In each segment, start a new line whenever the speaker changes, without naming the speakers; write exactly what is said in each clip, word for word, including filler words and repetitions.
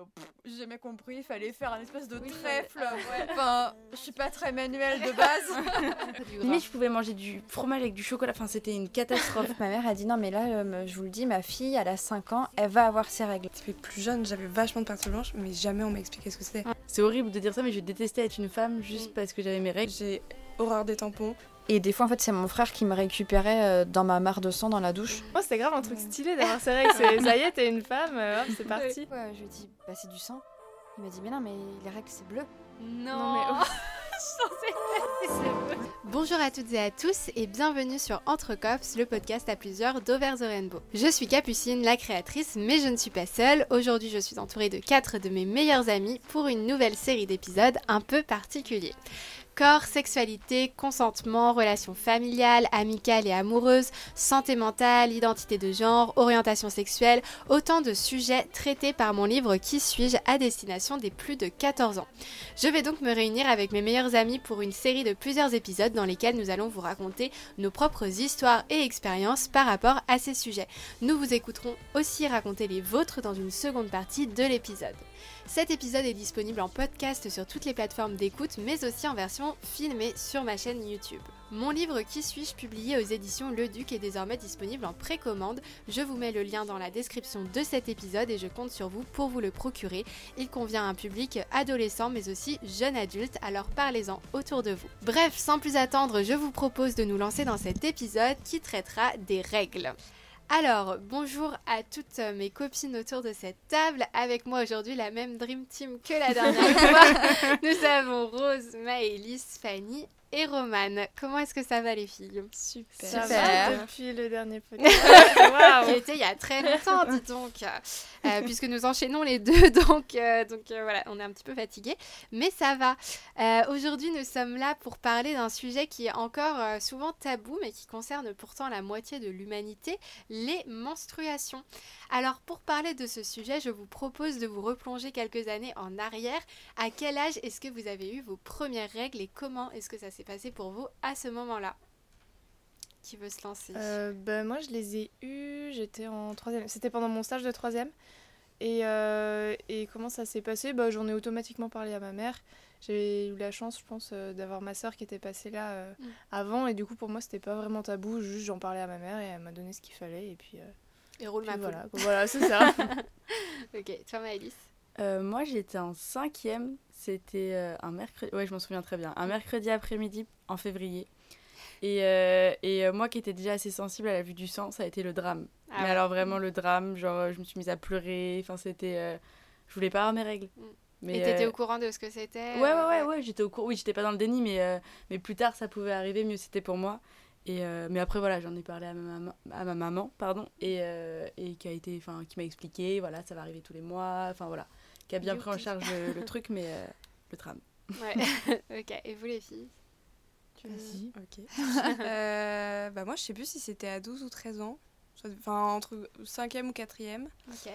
Pff, j'ai jamais compris, il fallait faire un espèce de oui, trèfle. Ouais. Enfin, je suis pas très manuelle de base.
Limite, je pouvais manger du fromage avec du chocolat. Enfin, c'était une catastrophe.
Ma mère a dit non, mais là, euh, je vous le dis, ma fille, elle a cinq ans, elle va avoir ses règles.
Depuis plus jeune, j'avais vachement de parties blanches, mais jamais on m'a expliqué ce que c'était.
C'est horrible de dire ça, mais je détestais être une femme juste parce que j'avais mes règles.
J'ai horreur des tampons.
Et des fois, en fait, c'est mon frère qui me récupérait euh, dans ma mare de sang dans la douche.
Moi, oh, c'était grave un truc stylé d'avoir ses règles. C'est, ça y est, t'es une femme, euh, hop, c'est parti.
Ouais, je lui ai dit, bah c'est du sang. Il m'a dit, mais non, mais les règles, c'est bleu.
Non,
non mais...
Bonjour à toutes et à tous et bienvenue sur Entre Cops, le podcast à plusieurs d'Over the Rainbow. Je suis Capucine, la créatrice, mais je ne suis pas seule. Aujourd'hui, je suis entourée de quatre de mes meilleurs amis pour une nouvelle série d'épisodes un peu particuliers. Corps, sexualité, consentement, relations familiales, amicales et amoureuses, santé mentale, identité de genre, orientation sexuelle, autant de sujets traités par mon livre Qui suis-je à destination des plus de quatorze ans. Je vais donc me réunir avec mes meilleurs amis pour une série de plusieurs épisodes dans lesquels nous allons vous raconter nos propres histoires et expériences par rapport à ces sujets. Nous vous écouterons aussi raconter les vôtres dans une seconde partie de l'épisode. Cet épisode est disponible en podcast sur toutes les plateformes d'écoute, mais aussi en version filmée sur ma chaîne YouTube. Mon livre Qui suis-je, publié aux éditions Le Duc, est désormais disponible en précommande. Je vous mets le lien dans la description de cet épisode et je compte sur vous pour vous le procurer. Il convient à un public adolescent mais aussi jeune adulte, alors parlez-en autour de vous. Bref, sans plus attendre, je vous propose de nous lancer dans cet épisode qui traitera des règles. Alors, bonjour à toutes mes copines autour de cette table. Avec moi aujourd'hui, la même Dream Team que la dernière fois. Nous avons Rose, Maëlys, Fanny et Romane. Comment est-ce que ça va les filles ?
Super.
Super.
Ça va depuis le dernier podcast.
Qui était il y a très longtemps, dis donc. Euh, puisque nous enchaînons les deux, donc, euh, donc euh, voilà, on est un petit peu fatigués. Mais ça va. Euh, aujourd'hui, nous sommes là pour parler d'un sujet qui est encore euh, souvent tabou, mais qui concerne pourtant la moitié de l'humanité, les menstruations. Alors, pour parler de ce sujet, je vous propose de vous replonger quelques années en arrière. À quel âge est-ce que vous avez eu vos premières règles et comment est-ce que ça s'est passé pour vous à ce moment-là ? Qui veut se lancer ?
euh, bah, Moi, je les ai eus, j'étais en troisième. C'était pendant mon stage de troisième. Et, euh, et comment ça s'est passé ? bah, J'en ai automatiquement parlé à ma mère. J'ai eu la chance, je pense, euh, d'avoir ma sœur qui était passée là euh, mm. avant. Et du coup, pour moi, c'était pas vraiment tabou. Juste, j'en parlais à ma mère et elle m'a donné ce qu'il fallait. Et puis, euh,
et roule
puis
ma
voilà, voilà, c'est ça.
Ok, toi, Maëlys ?
Euh, moi, j'étais en cinquième. C'était euh, un mercredi. Ouais, je m'en souviens très bien. Un mercredi après-midi en février. Et, euh, et euh, moi qui étais déjà assez sensible à la vue du sang, ça a été le drame. Ah Mais ouais. alors vraiment le drame, genre je me suis mise à pleurer. Enfin, c'était. Euh, je voulais pas avoir mes règles.
Mm.
Mais,
et t'étais
euh...
au courant de ce que c'était ?
Ouais, ouais, ouais, ouais, j'étais au courant. Oui, j'étais pas dans le déni, mais, euh, mais plus tard ça pouvait arriver, mieux c'était pour moi. Et euh, mais après voilà, j'en ai parlé à ma maman, à ma maman pardon, et, euh, et qui a été, enfin, qui m'a expliqué, voilà, ça va arriver tous les mois, enfin voilà, qui a bien Youpi. pris en charge le, le truc, mais euh, le drame.
Ouais. Ok. Et vous les filles ?
Vas-y. Ok. euh, bah moi, je sais plus si c'était à douze ou treize ans. Enfin, entre cinquième ou quatrième.
Ok.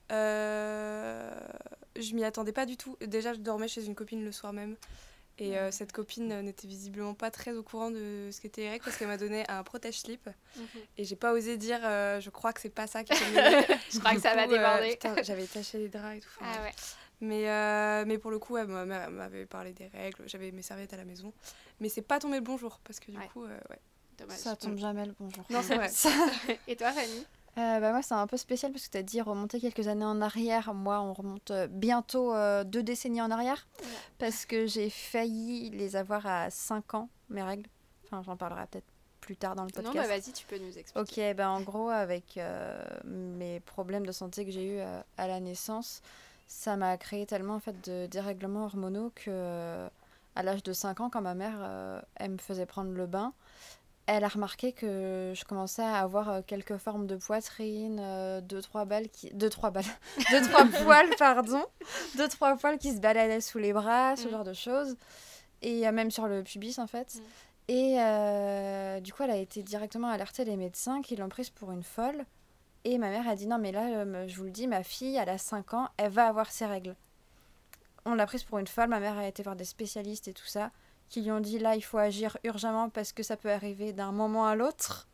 Euh, je m'y attendais pas du tout. Déjà, je dormais chez une copine le soir même. Et euh, cette copine euh, n'était visiblement pas très au courant de ce qu'était les règles parce qu'elle m'a donné un protège-slip. Mm-hmm. Et j'ai pas osé dire, euh, je crois que c'est pas ça qui est mieux.
Je crois que ça va déborder.
Euh, putain, j'avais taché les draps et tout.
Ah ouais.
Mais, euh, mais pour le coup, ouais, ma mère m'avait parlé des règles, j'avais mes serviettes à la maison. Mais c'est pas tombé le bon jour, parce que du ouais. coup, euh, ouais.
Dommage. Ça tombe jamais le bon jour.
Non, c'est vrai.
Et toi, Fanny ?
euh, bah moi, c'est un peu spécial, parce que tu as dit remonter quelques années en arrière. Moi, on remonte bientôt euh, deux décennies en arrière, ouais. parce que j'ai failli les avoir à cinq ans, mes règles. Enfin, j'en parlerai peut-être plus tard dans le podcast.
Non, bah vas-y, tu peux nous expliquer.
Ok, bah en gros, avec euh, mes problèmes de santé que j'ai eus euh, à la naissance, ça m'a créé tellement en fait, de dérèglements hormonaux que, euh, à l'âge de cinq ans, quand ma mère euh, elle me faisait prendre le bain, elle a remarqué que je commençais à avoir euh, quelques formes de poitrine, euh, deux, trois balles qui... Deux, trois balles... deux, trois poils, pardon. Deux, trois poils qui se baladaient sous les bras, ce mmh. genre de choses. Et euh, même sur le pubis, en fait. Mmh. Et euh, du coup, elle a été directement alertée les médecins qui l'ont prise pour une folle. Et ma mère a dit, non mais là, euh, je vous le dis, ma fille, elle a cinq ans, elle va avoir ses règles. On l'a prise pour une folle, ma mère a été voir des spécialistes et tout ça, qui lui ont dit, là, il faut agir urgemment parce que ça peut arriver d'un moment à l'autre.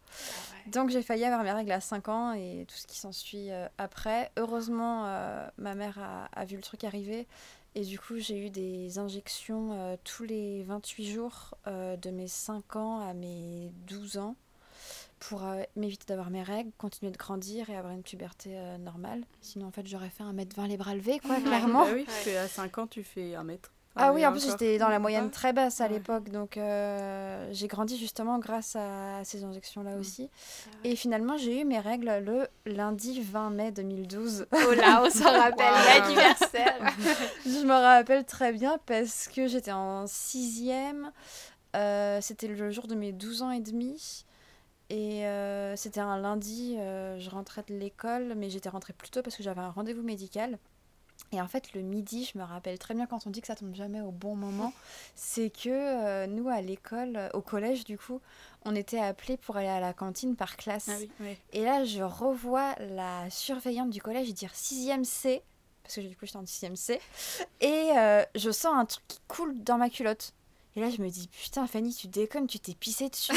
ouais.
Donc j'ai failli avoir mes règles à cinq ans et tout ce qui s'ensuit euh, après. Heureusement, euh, ma mère a, a vu le truc arriver. Et du coup, j'ai eu des injections euh, tous les vingt-huit jours euh, de mes cinq ans à mes douze ans pour euh, m'éviter d'avoir mes règles, continuer de grandir et avoir une puberté euh, normale. Sinon, en fait, j'aurais fait un mètre vingt les bras levés, quoi, clairement.
Bah oui, parce qu'à cinq ans, tu fais un mètre.
Ah oui,
et
en plus,
encore.
j'étais dans la moyenne très basse à
Ouais.
l'époque. Donc, euh, j'ai grandi justement grâce à ces injections-là
Mm.
aussi.
Ah ouais.
Et finalement, j'ai eu mes règles le lundi vingt mai deux mille douze.
Oh là, on s'en rappelle,
Wow.
l'anniversaire.
Je me rappelle très bien parce que j'étais en sixième. Euh, c'était le jour de mes douze ans et demi. Et euh, c'était un lundi. Euh, je rentrais de l'école, mais j'étais rentrée plus tôt parce que j'avais un rendez-vous médical. Et en fait, le midi, je me rappelle très bien quand on dit que ça tombe jamais au bon moment, c'est que euh, nous, à l'école, euh, au collège du coup, on était appelés pour aller à la cantine par classe.
Ah oui, ouais.
Et là, je revois la surveillante du collège dire sixième C, parce que du coup, j'étais en sixième C, et euh, je sens un truc qui coule dans ma culotte. Et là, je me dis, putain, Fanny, tu déconnes, tu t'es pissée dessus.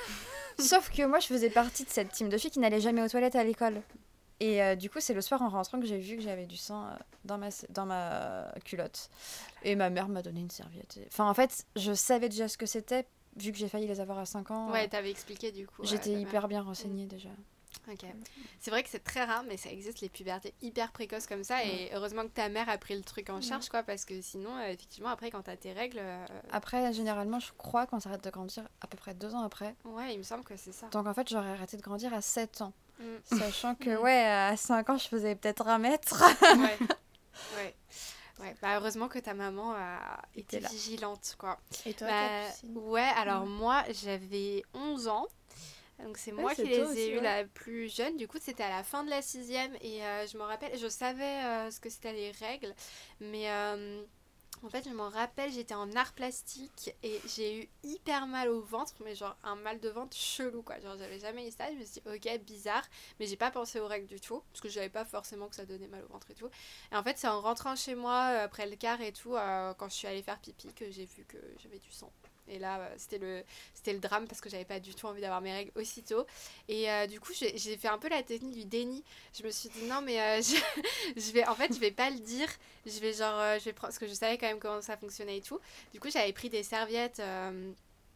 Sauf que moi, je faisais partie de cette team de filles qui n'allaient jamais aux toilettes à l'école. Et euh, du coup, c'est le soir en rentrant que j'ai vu que j'avais du sang euh, dans, ma, dans ma culotte. Et ma mère m'a donné une serviette. Enfin, en fait, je savais déjà ce que c'était, vu que j'ai failli les avoir à cinq ans.
Ouais, t'avais expliqué du coup.
J'étais
ouais, ta
hyper
mère.
bien renseignée déjà.
Ok. C'est vrai que c'est très rare, mais ça existe les pubertés hyper précoces comme ça. Et heureusement que ta mère a pris le truc en charge, quoi, parce que sinon, euh, effectivement, après, quand t'as tes règles. euh,
Après, généralement, je crois qu'on s'arrête de grandir à peu près deux ans après.
Ouais, il me semble que c'est ça.
Donc en fait, j'aurais arrêté de grandir à sept ans.
Mm.
Sachant que, ouais, à cinq ans, je faisais peut-être un mètre.
Ouais. Ouais. Ouais. Bah, heureusement que ta maman a été
Était là.
vigilante, quoi.
Et toi,
Bah,
Capucine
ouais, alors moi, j'avais onze ans. Donc c'est
Ouais,
moi
c'est
qui les
toi aussi,
ai eu
ouais.
la plus jeune. Du coup, c'était à la fin de la sixième. Et euh, je me rappelle, je savais euh, ce que c'était les règles. Mais euh, en fait, je m'en rappelle, j'étais en art plastique. Et j'ai eu hyper mal au ventre. Mais genre un mal de ventre chelou, quoi. Genre j'avais jamais eu ça. Je me suis dit, ok, bizarre. Mais j'ai pas pensé aux règles du tout. Parce que je savais pas forcément que ça donnait mal au ventre et tout. Et en fait, c'est en rentrant chez moi, euh, après le quart et tout, euh, quand je suis allée faire pipi, que j'ai vu que j'avais du sang. Et là, euh, c'était le, c'était le drame parce que j'avais pas du tout envie d'avoir mes règles aussitôt. Et euh, du coup, j'ai, j'ai fait un peu la technique du déni. Je me suis dit non, mais euh, je, je vais, en fait, je vais pas le dire. Je vais genre, euh, je vais prendre, parce que je savais quand même comment ça fonctionnait et tout. Du coup, j'avais pris des serviettes. Euh,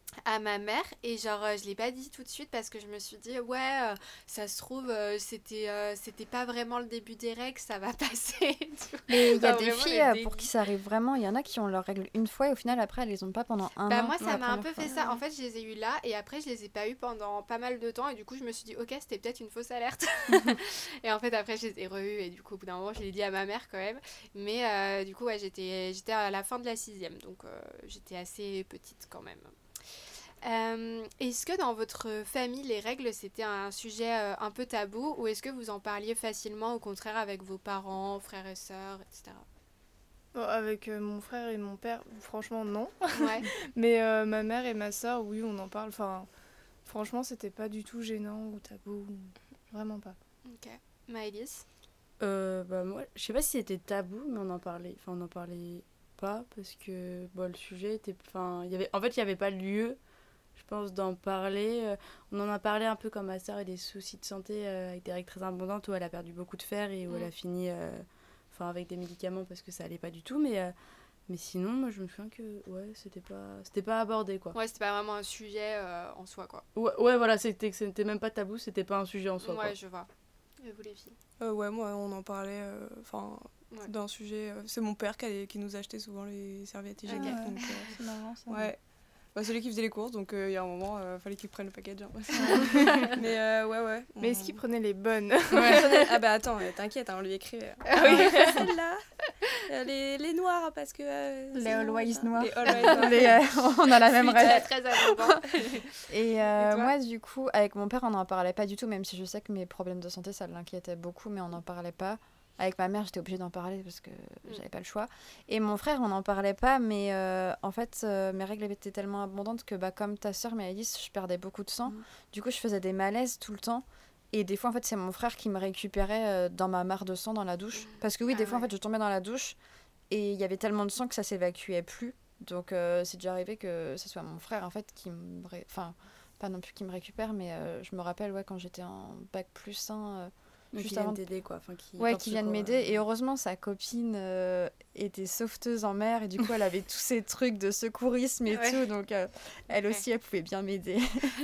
à ma mère et genre euh, je l'ai pas dit tout de suite parce que je me suis dit ouais euh, ça se trouve euh, c'était euh, c'était pas vraiment le début des règles, ça va passer et tout.
Mais il y a
Enfin,
des
vraiment,
filles
les
euh,
dénis.
pour qui ça arrive vraiment. Il y en a qui ont leurs règles une fois et au final, après, elles les ont pas pendant un
Bah
an.
moi ça
la
m'a un
première
peu
fois.
fait ça. En fait je les ai eu là et après je les ai pas eu pendant pas mal de temps et du coup je me suis dit ok c'était peut-être une fausse alerte. Et en fait après je les ai re-eu et du coup au bout d'un moment je l'ai dit à ma mère quand même. Mais euh, du coup ouais j'étais, j'étais à la fin de la sixième donc euh, j'étais assez petite quand même. Euh, est-ce que dans votre famille les règles c'était un sujet euh, un peu tabou ou est-ce que vous en parliez facilement au contraire avec vos parents, frères et sœurs, et cetera.
Bon, avec euh, mon frère et mon père, franchement, non.
Ouais.
Mais euh, ma mère et ma soeur, oui, on en parle. Enfin, franchement, c'était pas du tout gênant ou tabou. Vraiment pas.
Ok. Maëlys.
Euh, bah moi, je sais pas si c'était tabou, mais on en parlait. Enfin, on n'en parlait pas parce que bon, le sujet était. Enfin, il y avait. En fait, il y avait pas lieu, je pense, d'en parler. Euh, On en a parlé un peu quand ma sœur a des soucis de santé euh, avec des règles très abondantes où elle a perdu beaucoup de fer et où
Mm.
elle a fini, euh, enfin, avec des médicaments parce que ça allait pas du tout. Mais euh, mais sinon, moi, je me souviens que ouais, c'était pas, c'était pas abordé quoi.
Ouais c'était pas vraiment un sujet euh, en soi quoi.
Ouais, ouais, voilà, c'était, c'était même pas tabou, c'était pas un sujet en soi.
Ouais
quoi.
je vois. Et vous les filles.
Euh, ouais, moi, on en parlait enfin
Ouais.
d'un sujet. euh, c'est mon père qui, allait- qui nous achetait souvent les serviettes hygiéniques.
Ah ouais.
donc, euh,
C'est marrant ça.
ouais. Bah, celui qui faisait les courses, donc euh, il y a un moment, il fallait qu'il prenne le package. hein. Mais euh, ouais, ouais.
Mais
on-
est-ce qu'il prenait les bonnes?
Ah bah attends, euh, t'inquiète, hein, on lui écrivait.
Ah oui.
Ah, celle-là, euh, les, les noirs, parce que. euh,
Les
sinon,
always
ça-
noirs.
Les always noirs.
Les, euh, on a la même
Très
règle.
très abondant.
Et, euh,
Et toi
moi, du coup, avec mon père, on n'en parlait pas du tout, même si je sais que mes problèmes de santé, ça l'inquiétait beaucoup, mais on n'en parlait pas. Avec ma mère, j'étais obligée d'en parler parce que j'avais pas le choix. Et mon frère, on n'en parlait pas, mais euh, en fait, euh, mes règles étaient tellement abondantes que, bah, comme ta sœur m'a dit, je perdais beaucoup de sang.
Mhm.
Du coup, je faisais des malaises tout le temps. Et des fois, en fait, c'est mon frère qui me récupérait euh, dans ma mare de sang dans la douche. Parce que oui, des
Ah
fois, en
ouais.
fait, je tombais dans la douche et il y avait tellement de sang que ça s'évacuait plus. Donc, euh, c'est déjà arrivé que ce soit mon frère, en fait, qui me... ré- Enfin, pas non plus qu'il me récupère, mais euh, je me rappelle, ouais, quand j'étais en bac plus un, euh,
Donc,
juste
qui
avant
viennent t'aider, quoi. Enfin, qui
ouais,
portent
qui viennent
secours,
m'aider.
euh.
Et heureusement, sa copine euh, était sauveteuse en mer. Et du coup, elle avait tous ces trucs de secourisme et
Ouais.
tout. Donc, euh, elle
Ok.
aussi, elle pouvait bien m'aider.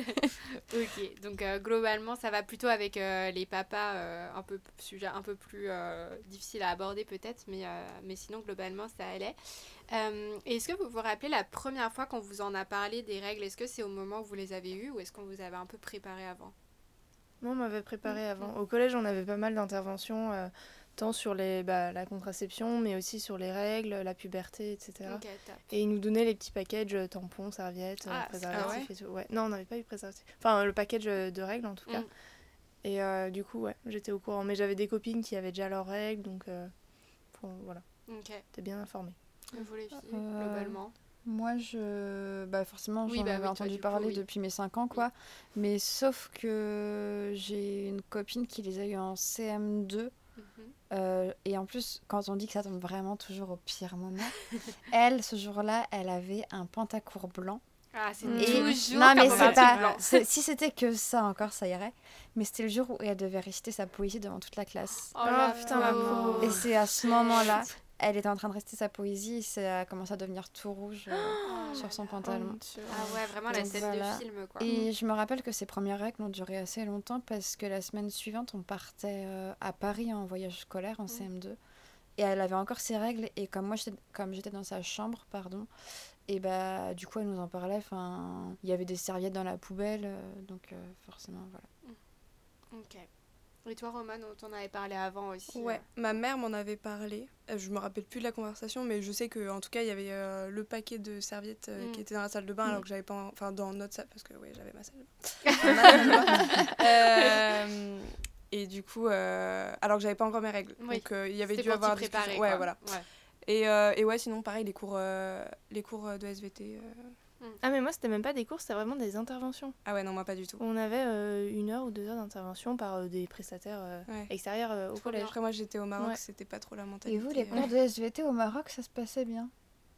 Ok, donc euh, globalement, ça va plutôt avec euh, les papas, euh, un peu sujet un peu plus euh, difficile à aborder peut-être, mais, euh, mais sinon, globalement, ça allait. Euh, et est-ce que vous vous rappelez la première fois qu'on vous en a parlé des règles? Est-ce que c'est au moment où vous les avez eues ou est-ce qu'on vous avait un peu préparé avant?
Moi, on m'avait préparé avant. Au collège, on avait pas mal d'interventions, euh, tant sur les, bah, la contraception, mais aussi sur les règles, la puberté, et cetera.
Ok, top.
Et ils nous donnaient les petits packages euh, tampons, serviettes, euh,
Ah,
préservatifs
ah
et tout. Ouais. Non, on n'avait pas eu préservatif. Enfin, euh, le package euh, de règles, en tout cas.
Mm.
Et euh, du coup, ouais, j'étais au courant. Mais j'avais des copines qui avaient déjà leurs règles, donc euh, pour- voilà,
Ok.
j'étais bien informée.
Et vous les filles,
Euh,
globalement?
Moi, je... Bah, forcément,
Oui,
j'en
bah
avais
oui, toi,
entendu
du coup,
parler
oui.
depuis mes cinq ans, quoi. Mais sauf que j'ai une copine qui les a eu en C M deux.
Mhm.
Euh, et en plus, quand on dit que ça tombe vraiment toujours au pire moment, elle, ce jour-là, elle avait un pantacourt blanc.
Ah, c'est
Mm.
Et-
toujours
non, mais
comme
c'est
un
pas.
truc blanc.
c'est- Si c'était que ça encore, ça irait. Mais c'était le jour où elle devait réciter sa poésie devant toute la classe.
Oh la
Ah, putain, la
pauvre.
Et c'est à ce moment-là, elle était en train de réciter sa poésie et ça a commencé à devenir tout rouge euh,
Oh
sur
là
son
là.
pantalon.
Ah ouais, vraiment la
Donc
scène
voilà.
de film, quoi.
Et je me rappelle que ces premières règles ont duré assez longtemps parce que la semaine suivante, on partait euh, à Paris en voyage scolaire en C M deux. Et elle avait encore ses règles. Et comme moi, j'étais, comme j'étais dans sa chambre, pardon, et bah du coup, elle nous en parlait. Enfin, il y avait des serviettes dans la poubelle. euh, donc euh, forcément, voilà.
Ok. Et toi, Roman, on t'en avait parlé avant aussi.
Ouais, ma mère m'en avait parlé. Euh, Je me rappelle plus de la conversation, mais je sais que en tout cas il y avait euh, le paquet de serviettes euh,
Mm.
qui était dans la salle de bain,
Mm.
alors que j'avais pas, en- enfin dans notre salle parce que oui j'avais ma salle de bain. Enfin, ma salle de bain. Euh, et du coup, euh, alors que j'avais pas encore mes règles,
Oui.
donc euh, il y avait
C'était
dû
pour t'y
avoir
préparer,
discussion. Ouais,
quoi.
voilà.
Ouais.
Et, euh, et ouais, sinon pareil les cours, euh, les cours euh, de S V T. euh.
Ah, mais moi, c'était même pas des cours, c'était vraiment des interventions.
Ah ouais non moi pas du tout.
On avait euh, une heure ou deux heures d'intervention par euh, des prestataires euh,
Ouais.
extérieurs euh, au
Trop
collège.
Après moi j'étais au Maroc,
Ouais.
c'était pas trop la
Et
mentalité.
vous, les
euh.
cours de S V T au Maroc, ça se passait bien?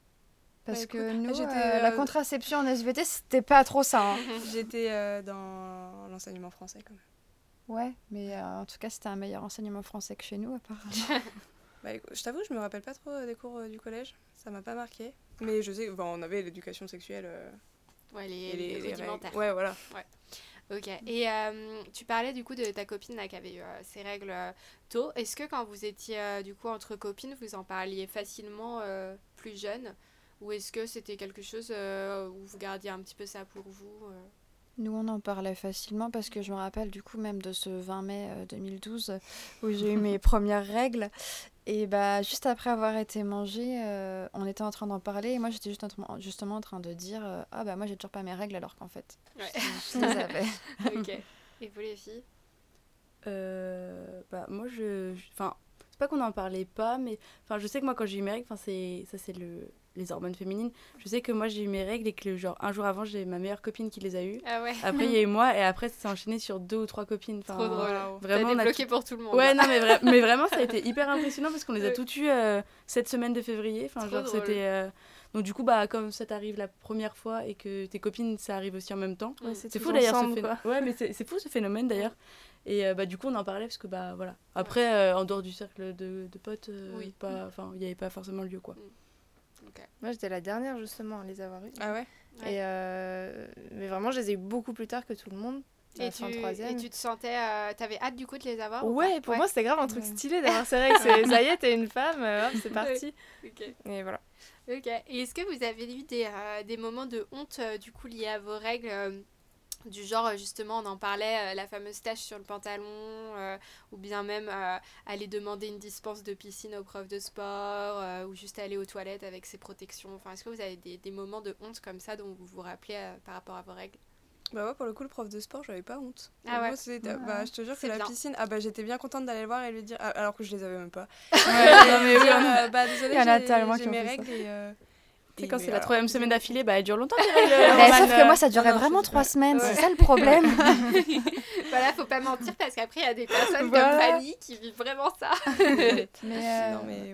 Parce
Bah,
que
écoute,
nous,
j'étais,
euh, la
euh,
contraception en S V T, c'était pas trop ça. hein.
J'étais euh, dans l'enseignement français quand même.
Ouais, mais euh, en tout cas, c'était un meilleur enseignement français que chez nous, apparemment.
Bah, écoute, je t'avoue, je me rappelle pas trop euh, des cours euh, du collège, ça m'a pas marqué. Mais je sais, bon, on avait l'éducation sexuelle euh,
Ouais, les,
et
les
les, les
rudimentaires.
règles. Ouais, voilà.
Ok. Et euh, tu parlais du coup de ta copine là, qui avait eu euh, ses règles euh, tôt. Est-ce que quand vous étiez euh, du coup entre copines, vous en parliez facilement euh, plus jeune? Ou est-ce que c'était quelque chose euh, où vous gardiez un petit peu ça pour vous euh
Nous, on en parlait facilement parce que je me rappelle du coup même de ce vingt mai euh, deux mille douze où j'ai eu mes premières règles. Et bah, juste après avoir été mangée, euh, on était en train d'en parler et moi j'étais juste en- justement en train de dire euh, ah bah moi j'ai toujours pas mes règles alors qu'en fait
Ouais.
je les avais.
Ok. Et vous les filles?
Euh, bah, moi, je. je- Enfin, c'est pas qu'on n'en parlait pas, mais. Enfin, je sais que moi, quand j'ai eu mes règles, enfin, c'est. Ça, c'est le. Les hormones féminines. Je sais que moi, j'ai eu mes règles et que, genre, un jour avant, j'ai ma meilleure copine qui les a eues.
Ah ouais.
Après, il y a eu moi, et après, ça s'est enchaîné sur deux ou trois copines. Enfin,
Trop drôle.
Vraiment,
T'as
on a
débloqué pour tout le monde.
Ouais,
là.
non, mais, vra- mais vraiment, ça a été hyper impressionnant parce qu'on les a
Ouais.
toutes eues euh, cette semaine de février. Enfin,
Trop
genre,
drôle.
c'était. euh, Donc, du coup, bah, comme ça t'arrive la première fois et que tes copines, ça arrive aussi en même temps.
Ouais,
C'est
tous
fou d'ailleurs ce
ensemble,
phénomène.
quoi.
Ouais, mais c'est c'est fou ce phénomène d'ailleurs. Et euh, bah, du coup, on en parlait parce que, bah, voilà. Après, euh, en dehors du cercle de, de potes, euh,
Oui.
pas- enfin, il n'y avait pas forcément lieu, quoi.
Ok.
Moi, j'étais la dernière justement à les avoir eues.
Ah ouais.
Ouais.
Et euh, mais vraiment, je les ai eu beaucoup plus tard que tout le monde. à
Et
la
tu,
fin de
et
troisième.
tu te sentais. euh, T'avais hâte du coup de les avoir ou
Ouais,
pas
pour moi, c'était grave un truc
Ouais.
stylé d'avoir ces règles. C'est, ça y est, t'es une femme, euh, hop, c'est parti.
Ok.
Et voilà.
Ok. Et est-ce que vous avez eu des, euh, des moments de honte euh, du coup liés à vos règles euh, du genre euh, justement on en parlait euh, la fameuse tache sur le pantalon euh, ou bien même euh, aller demander une dispense de piscine au prof de sport euh, ou juste aller aux toilettes avec ses protections. Enfin, est-ce que vous avez des, des moments de honte comme ça dont vous vous rappelez euh, par rapport à vos règles?
Bah ouais, pour le coup, le prof de sport, j'avais pas honte.
Ah ouais.
Moi, c'était- bah, je te jure que
C'est
la
bien.
piscine, ah bah j'étais bien contente d'aller le voir et lui dire, ah, alors que je les avais même pas.
non, mais oui,
Dire,
on a-
euh, bah désolé,
Il y en a
j'ai-
tellement
j'ai
qui ont
mes
fait ça.
règles et. euh,
Tu sais,
et
quand
mais
c'est la
alors,
troisième
je-
semaine d'affilée, bah, elle dure longtemps, les règles.
Bah,
Roman,
sauf que
euh.
moi ça durait
non, je
vraiment
sais
trois
pas.
semaines,
Ouais.
c'est ça le problème.
Voilà, faut pas mentir parce qu'après il y a des personnes
Voilà.
comme Fanny qui vivent vraiment ça.
Mais, euh,
Non mais ouais.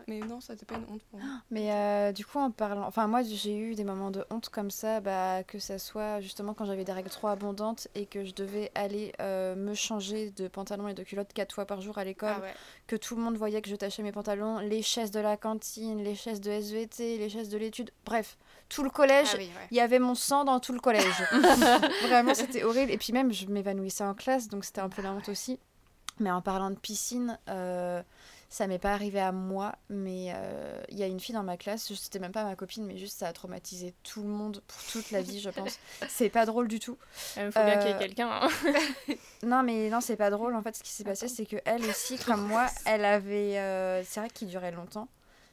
Mais non, ça n'était pas une honte pour moi.
Mais euh, du coup, en parlant... Enfin, moi, j'ai eu des moments de honte comme ça, bah, que ça soit justement quand j'avais des règles trop abondantes et que je devais aller euh, me changer de pantalon et de culotte quatre fois par jour à l'école,
Ah ouais.
que tout le monde voyait que je tachais mes pantalons, les chaises de la cantine, les chaises de S V T, les chaises de l'étude, bref, tout le collège,
Ah oui, ouais.
il y avait mon sang dans tout le collège. Vraiment, c'était horrible. Et puis même, je m'évanouissais en classe, donc c'était un peu la honte aussi. Mais en parlant de piscine, euh, ça m'est pas arrivé à moi, mais il euh, y a une fille dans ma classe, c'était même pas ma copine, mais juste ça a traumatisé tout le monde pour toute la vie, je pense. C'est pas drôle du tout.
Il faut bien
Euh,
qu'il y ait quelqu'un. Hein.
Non, mais non, c'est pas drôle. En fait, ce qui s'est passé, c'est que elle aussi, comme moi, elle avait. Euh, c'est vrai qu'il durait longtemps.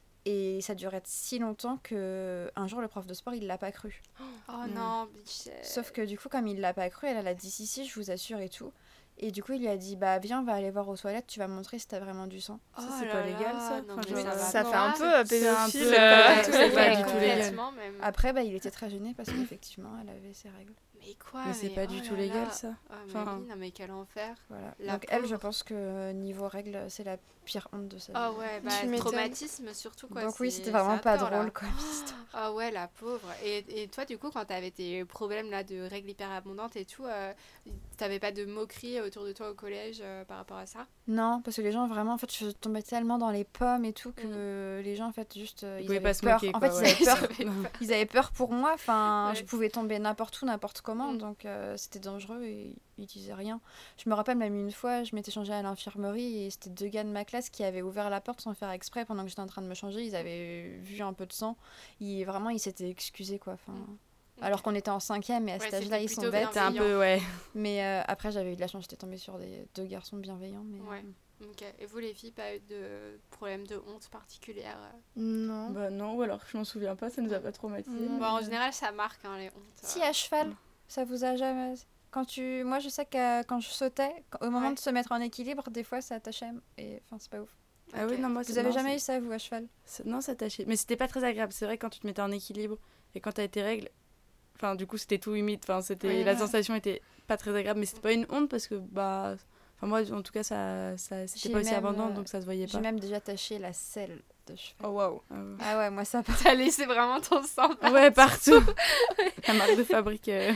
Et ça durait si longtemps que un jour, le prof de sport, il l'a pas cru.
Oh non, bitch.
Sauf que du coup, comme il l'a pas cru, elle, elle a dit si, si, je vous assure et tout. Et du coup, il lui a dit bah viens, on va aller voir aux toilettes, tu vas me montrer si t'as vraiment du sang.
Oh
Ça, c'est
là
pas légal,
là,
ça
non,
Enfin,
mais
genre,
ça va
Ça
pas,
fait un
c'est-
peu euh,
c'est un
pédophile.
peu,
euh,
euh,
tout
c'est
ça.
pas
Ouais,
du tout légal.
complètement, même.
Après, bah, il était très gêné parce qu'effectivement, elle avait ses règles.
Mais quoi
Mais c'est pas du
oh
tout
là
légal,
là.
ça.
Oh, mais
Enfin,
oui, non mais quel enfer.
Voilà.
La
Donc, elle, je
pauvre.
pense que niveau règles, c'est la pire honte de sa vie.
Oh ouais, bah
Tu m'étonnes.
traumatisme surtout quoi.
Donc, oui,
c'est-
c'était vraiment
ça
pas
tord, là.
drôle comme histoire.
Ah ouais, la pauvre. Et, et toi, du coup, quand t'avais tes problèmes là de règles hyper abondantes et tout, euh, t'avais pas de moquerie autour de toi au collège euh, par rapport à ça?
Non, parce que les gens, vraiment, en fait, je tombais tellement dans les pommes et tout que les gens, en fait, juste. euh,
Ils
ils
pouvaient
avaient
pas se
peur.
moquer,
En
quoi,
fait,
ouais.
ils avaient peur.
Ils avaient
Ils avaient peur pour moi. Enfin,
Ouais.
je pouvais tomber n'importe où, n'importe comment.
Mm.
Donc, euh, c'était dangereux et ils disaient rien. Je me rappelle même une fois, je m'étais changée à l'infirmerie et c'était deux gars de ma classe qui avaient ouvert la porte sans faire exprès pendant que j'étais en train de me changer. Ils avaient vu un peu de sang. Ils, vraiment, ils s'étaient excusés, quoi. Enfin, alors qu'on était en cinquième et à
Ouais,
cet âge-là,
c'était
ils sont
plutôt
bêtes.
C'était un peu, ouais.
Mais euh, après, j'avais eu de la chance, j'étais tombée sur des deux garçons bienveillants. Mais...
Ouais. Ok. Et vous, les filles, pas eu de problème de honte particulière euh
Non.
Bah non, ou alors je m'en souviens pas, ça nous a pas traumatisé.
Mm.
Bon, en général, ça marque hein, les hontes.
Si,
euh.
à cheval,
Mm.
ça vous a jamais... Quand tu... Moi, je sais que quand je sautais, quand- au moment
Ouais.
de se mettre en équilibre, des fois, ça attachait. Et enfin, c'est pas ouf.
Ah oui,
Ok.
non, moi,
Vous
c'est-
avez
non,
jamais
c'est-
eu ça, vous, à cheval?
c'est- Non, ça tâchait. Mais c'était pas très agréable. C'est vrai, quand tu te mettais en équilibre et quand t'as tes règles, enfin, du coup, c'était tout humide. Enfin, c'était...
Oui,
la
ouais.
sensation était pas très agréable, mais c'était pas une honte parce que, bah. Enfin, moi, en tout cas, ça, ça, c'était
J'ai
pas aussi
même,
abondant,
euh,
donc ça se voyait
J'ai
pas.
même déjà taché la selle de cheval.
Oh waouh.
Ah ouais.
Ah ouais, moi, ça pas.
T'as laissé vraiment ton sang.
Ouais, partout. La marque de fabrique. euh,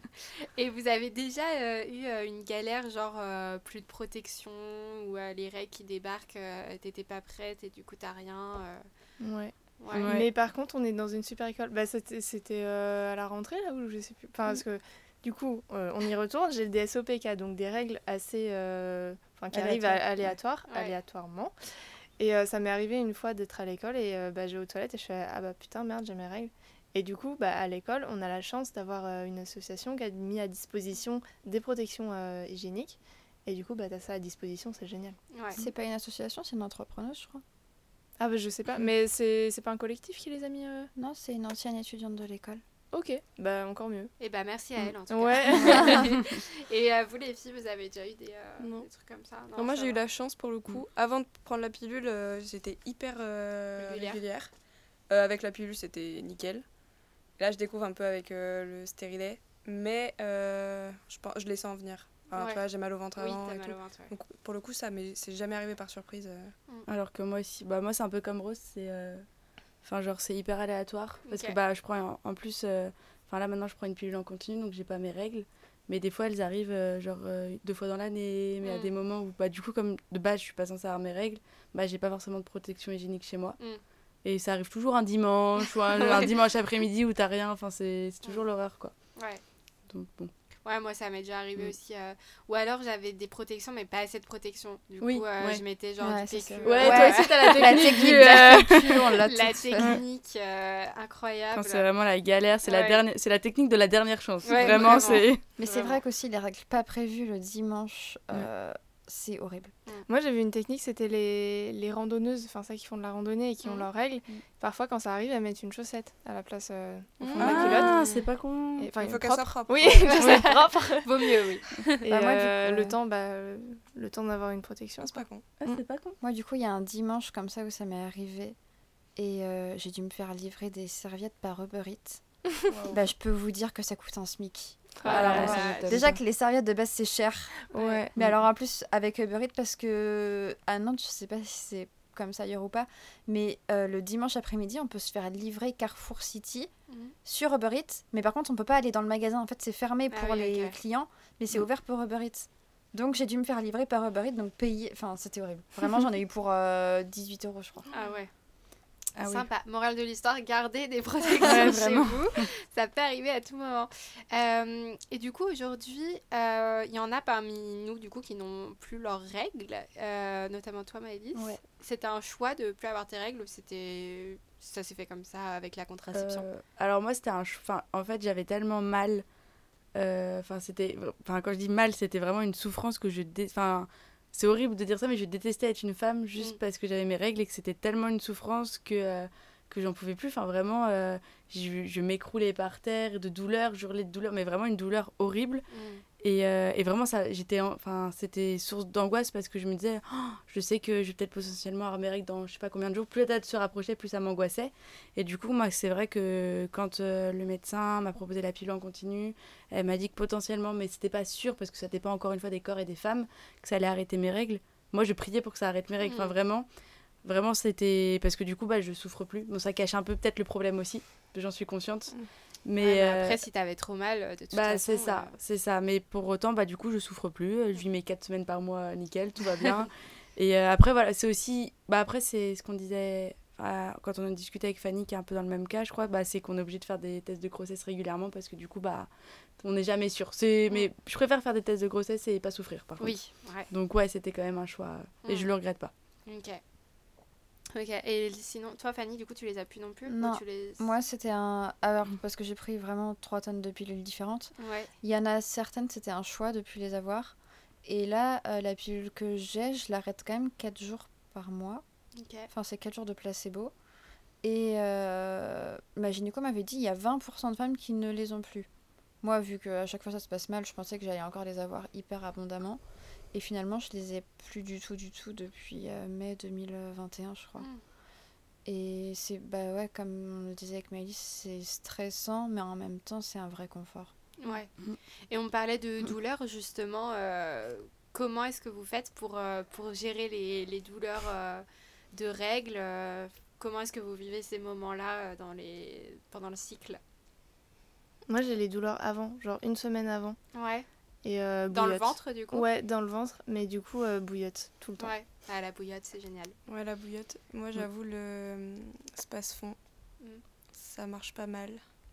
Et vous avez déjà euh, eu euh, une galère, genre euh, plus de protection ou euh, les règles qui débarquent, euh, t'étais pas prête et du coup t'as rien. euh,
Ouais.
Ouais.
Ouais.
Mais par contre, on est dans une super école. Bah, c'était c'était, euh, à la rentrée, là, où je sais plus. Enfin, parce que du coup, euh, on y retourne. J'ai le D S O P K, donc des règles assez. euh, Enfin, qui arrivent à- aléatoires,
Ouais.
aléatoirement. Et euh, ça m'est arrivé une fois d'être à l'école et euh, bah, j'ai aux toilettes et je fais ah bah putain, merde, j'ai mes règles. Et du coup, bah, à l'école, on a la chance d'avoir euh, une association qui a mis à disposition des protections euh, hygiéniques. Et du coup, bah, t'as ça à disposition, c'est génial.
Ouais.
C'est pas une association, c'est une entrepreneuse, je crois.
Ah bah je sais pas, mais c'est c'est pas un collectif qui les a mis euh
Non, c'est une ancienne étudiante de l'école.
Ok, bah encore mieux.
Et bah merci à elle en tout
Ouais.
cas. Et euh, vous les filles, vous avez déjà eu des, euh,
Non.
des trucs comme ça?
Non, moi
ça
j'ai eu
va.
la chance pour le coup. Avant de prendre la pilule, euh, j'étais hyper euh,
Régulière.
régulière. Euh, avec la pilule, c'était nickel. Là, je découvre un peu avec euh, le stérilet, mais euh, je, pense- je les sens venir. Enfin,
Ouais.
tu vois, j'ai mal au ventre
Oui,
avant
t'as
et
mal
tout.
au ventre. Ouais.
Donc pour le coup, ça mais c'est jamais arrivé par surprise. euh.
Alors que moi aussi, bah moi c'est un peu comme Rose, c'est, euh, enfin genre c'est hyper aléatoire parce
Ok.
que bah je prends en, en plus, euh, enfin là maintenant je prends une pilule en continu donc j'ai pas mes règles, mais des fois elles arrivent euh, genre euh, deux fois dans l'année, mais à
Mm.
des moments où bah du coup comme de base je suis pas censée avoir mes règles, bah j'ai pas forcément de protection hygiénique chez moi.
Mm.
Et ça arrive toujours un dimanche ou un, un dimanche après-midi où t'as rien, enfin c'est c'est toujours l'horreur quoi.
Ouais.
Donc bon.
Ouais, moi ça m'est déjà arrivé
Mm.
aussi. euh, Ou alors j'avais des protections, mais pas assez de protection. Du
Oui,
coup, euh,
ouais.
je mettais genre
Ouais,
du
c'est
P
ça.
Q.
Ouais,
euh,
toi aussi t'as la
La
technique
technique
du,
de
euh,
la Q, on l'a
la
toute fait.
technique euh, incroyable.
quand c'est vraiment la galère, c'est la
Ouais.
dernière, c'est la technique de la dernière chance.
Ouais,
vraiment,
vraiment.
c'est.
Mais c'est
Vraiment.
vrai qu'aussi, les règles pas prévues le dimanche, euh, c'est horrible.
Moi j'avais une technique, c'était les, les randonneuses, enfin celles qui font de la randonnée et qui ont
Mhm.
leurs règles.
Mhm.
Parfois quand ça arrive, elles mettent une chaussette à la place euh, au fond de
Ah,
la culotte.
Ah, c'est pas con.
Et- Enfin,
Il faut
une
qu'elle soit
propre.
propre.
Oui, une chaussette propre.
Vaut mieux, oui.
Et
Bah, moi, du
euh,
coup,
le
ouais.
temps, bah, euh, le temps d'avoir une protection.
Ah, c'est pas con.
Ah, c'est pas con.
Moi, du coup, il y a un dimanche comme ça où ça m'est arrivé et euh, j'ai dû me faire livrer des serviettes par Uber Eats. Bah, je peux vous dire que ça coûte un SMIC.
Ah,
Alors,
là,
ouais.
là,
m'étonne.
Déjà que les serviettes de base, c'est cher.
Ouais.
Mais alors, en plus, avec Uber Eats, parce que à Nantes, je sais pas si c'est comme ça ailleurs ou pas, mais euh, le dimanche après-midi, on peut se faire livrer Carrefour City
Mhm.
sur Uber Eats, mais par contre, on peut pas aller dans le magasin. En fait, c'est fermé
Ah
pour
oui,
les
ok.
clients, mais c'est
Mhm.
ouvert pour Uber Eats. Donc, j'ai dû me faire livrer par Uber Eats, donc payer. Enfin, c'était horrible. Vraiment, j'en ai eu pour euh, dix-huit euros, je crois.
Ah ouais.
Ah oui.
Sympa. Morale de l'histoire, gardez des protections
Ouais,
chez
vraiment.
vous. Ça peut arriver à tout moment. Euh, et du coup, aujourd'hui, euh, il y en a parmi nous du coup qui n'ont plus leurs règles, euh, notamment toi, Maëlys.
Ouais.
C'était un choix de plus avoir tes règles ou c'était ça s'est fait comme ça avec la contraception?
Euh, alors moi c'était un ch- enfin en fait j'avais tellement mal euh, enfin c'était enfin quand je dis mal c'était vraiment une souffrance que je dé... enfin c'est horrible de dire ça mais je détestais être une femme juste
Mm.
parce que j'avais mes règles et que c'était tellement une souffrance que euh, que j'en pouvais plus enfin vraiment euh, je, je m'écroulais par terre de douleur, je hurlais de douleur mais vraiment une douleur horrible.
Mm.
Et, euh, et vraiment, ça, j'étais, en- enfin, c'était source d'angoisse parce que je me disais, oh, je sais que je vais peut-être potentiellement avoir mes règles dans je sais pas combien de jours. Plus la date se rapprochait, plus ça m'angoissait. Et du coup, moi, c'est vrai que quand euh, le médecin m'a proposé la pilule en continu, elle m'a dit que potentiellement, mais c'était pas sûr parce que ça dépend encore une fois des corps et des femmes, que ça allait arrêter mes règles. Moi, je priais pour que ça arrête mes règles. Enfin,
Mhm.
vraiment, vraiment, c'était parce que du coup, bah, je souffre plus. Bon, ça cache un peu peut-être le problème aussi. J'en suis consciente.
Mhm.
Mais,
Ouais, mais
euh,
après, si t'avais trop mal, de toute
bah,
façon.
c'est ça,
euh,
c'est ça. Mais pour autant, bah, du coup, je souffre plus. Euh, Je vis mes quatre semaines par mois, nickel, tout va bien. Et euh, après, voilà, c'est aussi. Bah, après, c'est ce qu'on disait euh, quand on a discuté avec Fanny, qui est un peu dans le même cas, je crois, bah, c'est qu'on est obligé de faire des tests de grossesse régulièrement parce que du coup, bah, on n'est jamais sûr. C'est...
Mm.
Mais je préfère faire des tests de grossesse et pas souffrir, par contre.
Oui, ouais.
Donc, ouais, c'était quand même un choix. Et
Mm.
je le regrette pas.
Ok. Ok. Et sinon, toi, Fanny, du coup, tu les as plus non plus? Ou
Non.
tu les...
Moi, c'était un. Alors, parce que j'ai pris vraiment trois tonnes de pilules différentes.
Ouais.
Il y en a certaines, c'était un choix de plus les avoir. Et là, euh, la pilule que j'ai, je l'arrête quand même quatre jours par mois.
Ok.
Enfin, c'est quatre jours de placebo. Et euh, ma gynéco m'avait dit il y a vingt pour cent de femmes qui ne les ont plus. Moi, vu qu'à chaque fois ça se passe mal, je pensais que j'allais encore les avoir hyper abondamment. Et finalement, je les ai plus du tout, du tout depuis euh, mai deux mille vingt et un, je crois.
Mm.
Et c'est, bah ouais, comme on le disait avec Maëlys, c'est stressant, mais en même temps, c'est un vrai confort.
Ouais.
Mhm.
Et on parlait de douleurs, justement. euh, comment est-ce que vous faites pour, euh, pour gérer les, les douleurs euh, de règles euh, Comment est-ce que vous vivez ces moments-là euh, dans les... pendant le cycle?
Moi, j'ai les douleurs avant, genre une semaine avant.
Ouais.
Et euh,
Dans le
bouillotte.
ventre, du coup?
Ouais, dans le ventre, mais du coup, euh, bouillotte tout le temps.
Ouais. Ah, la bouillotte, c'est génial.
Ouais, la bouillotte. Moi, j'avoue, le euh, space-fond,
Mm.
ça marche pas mal.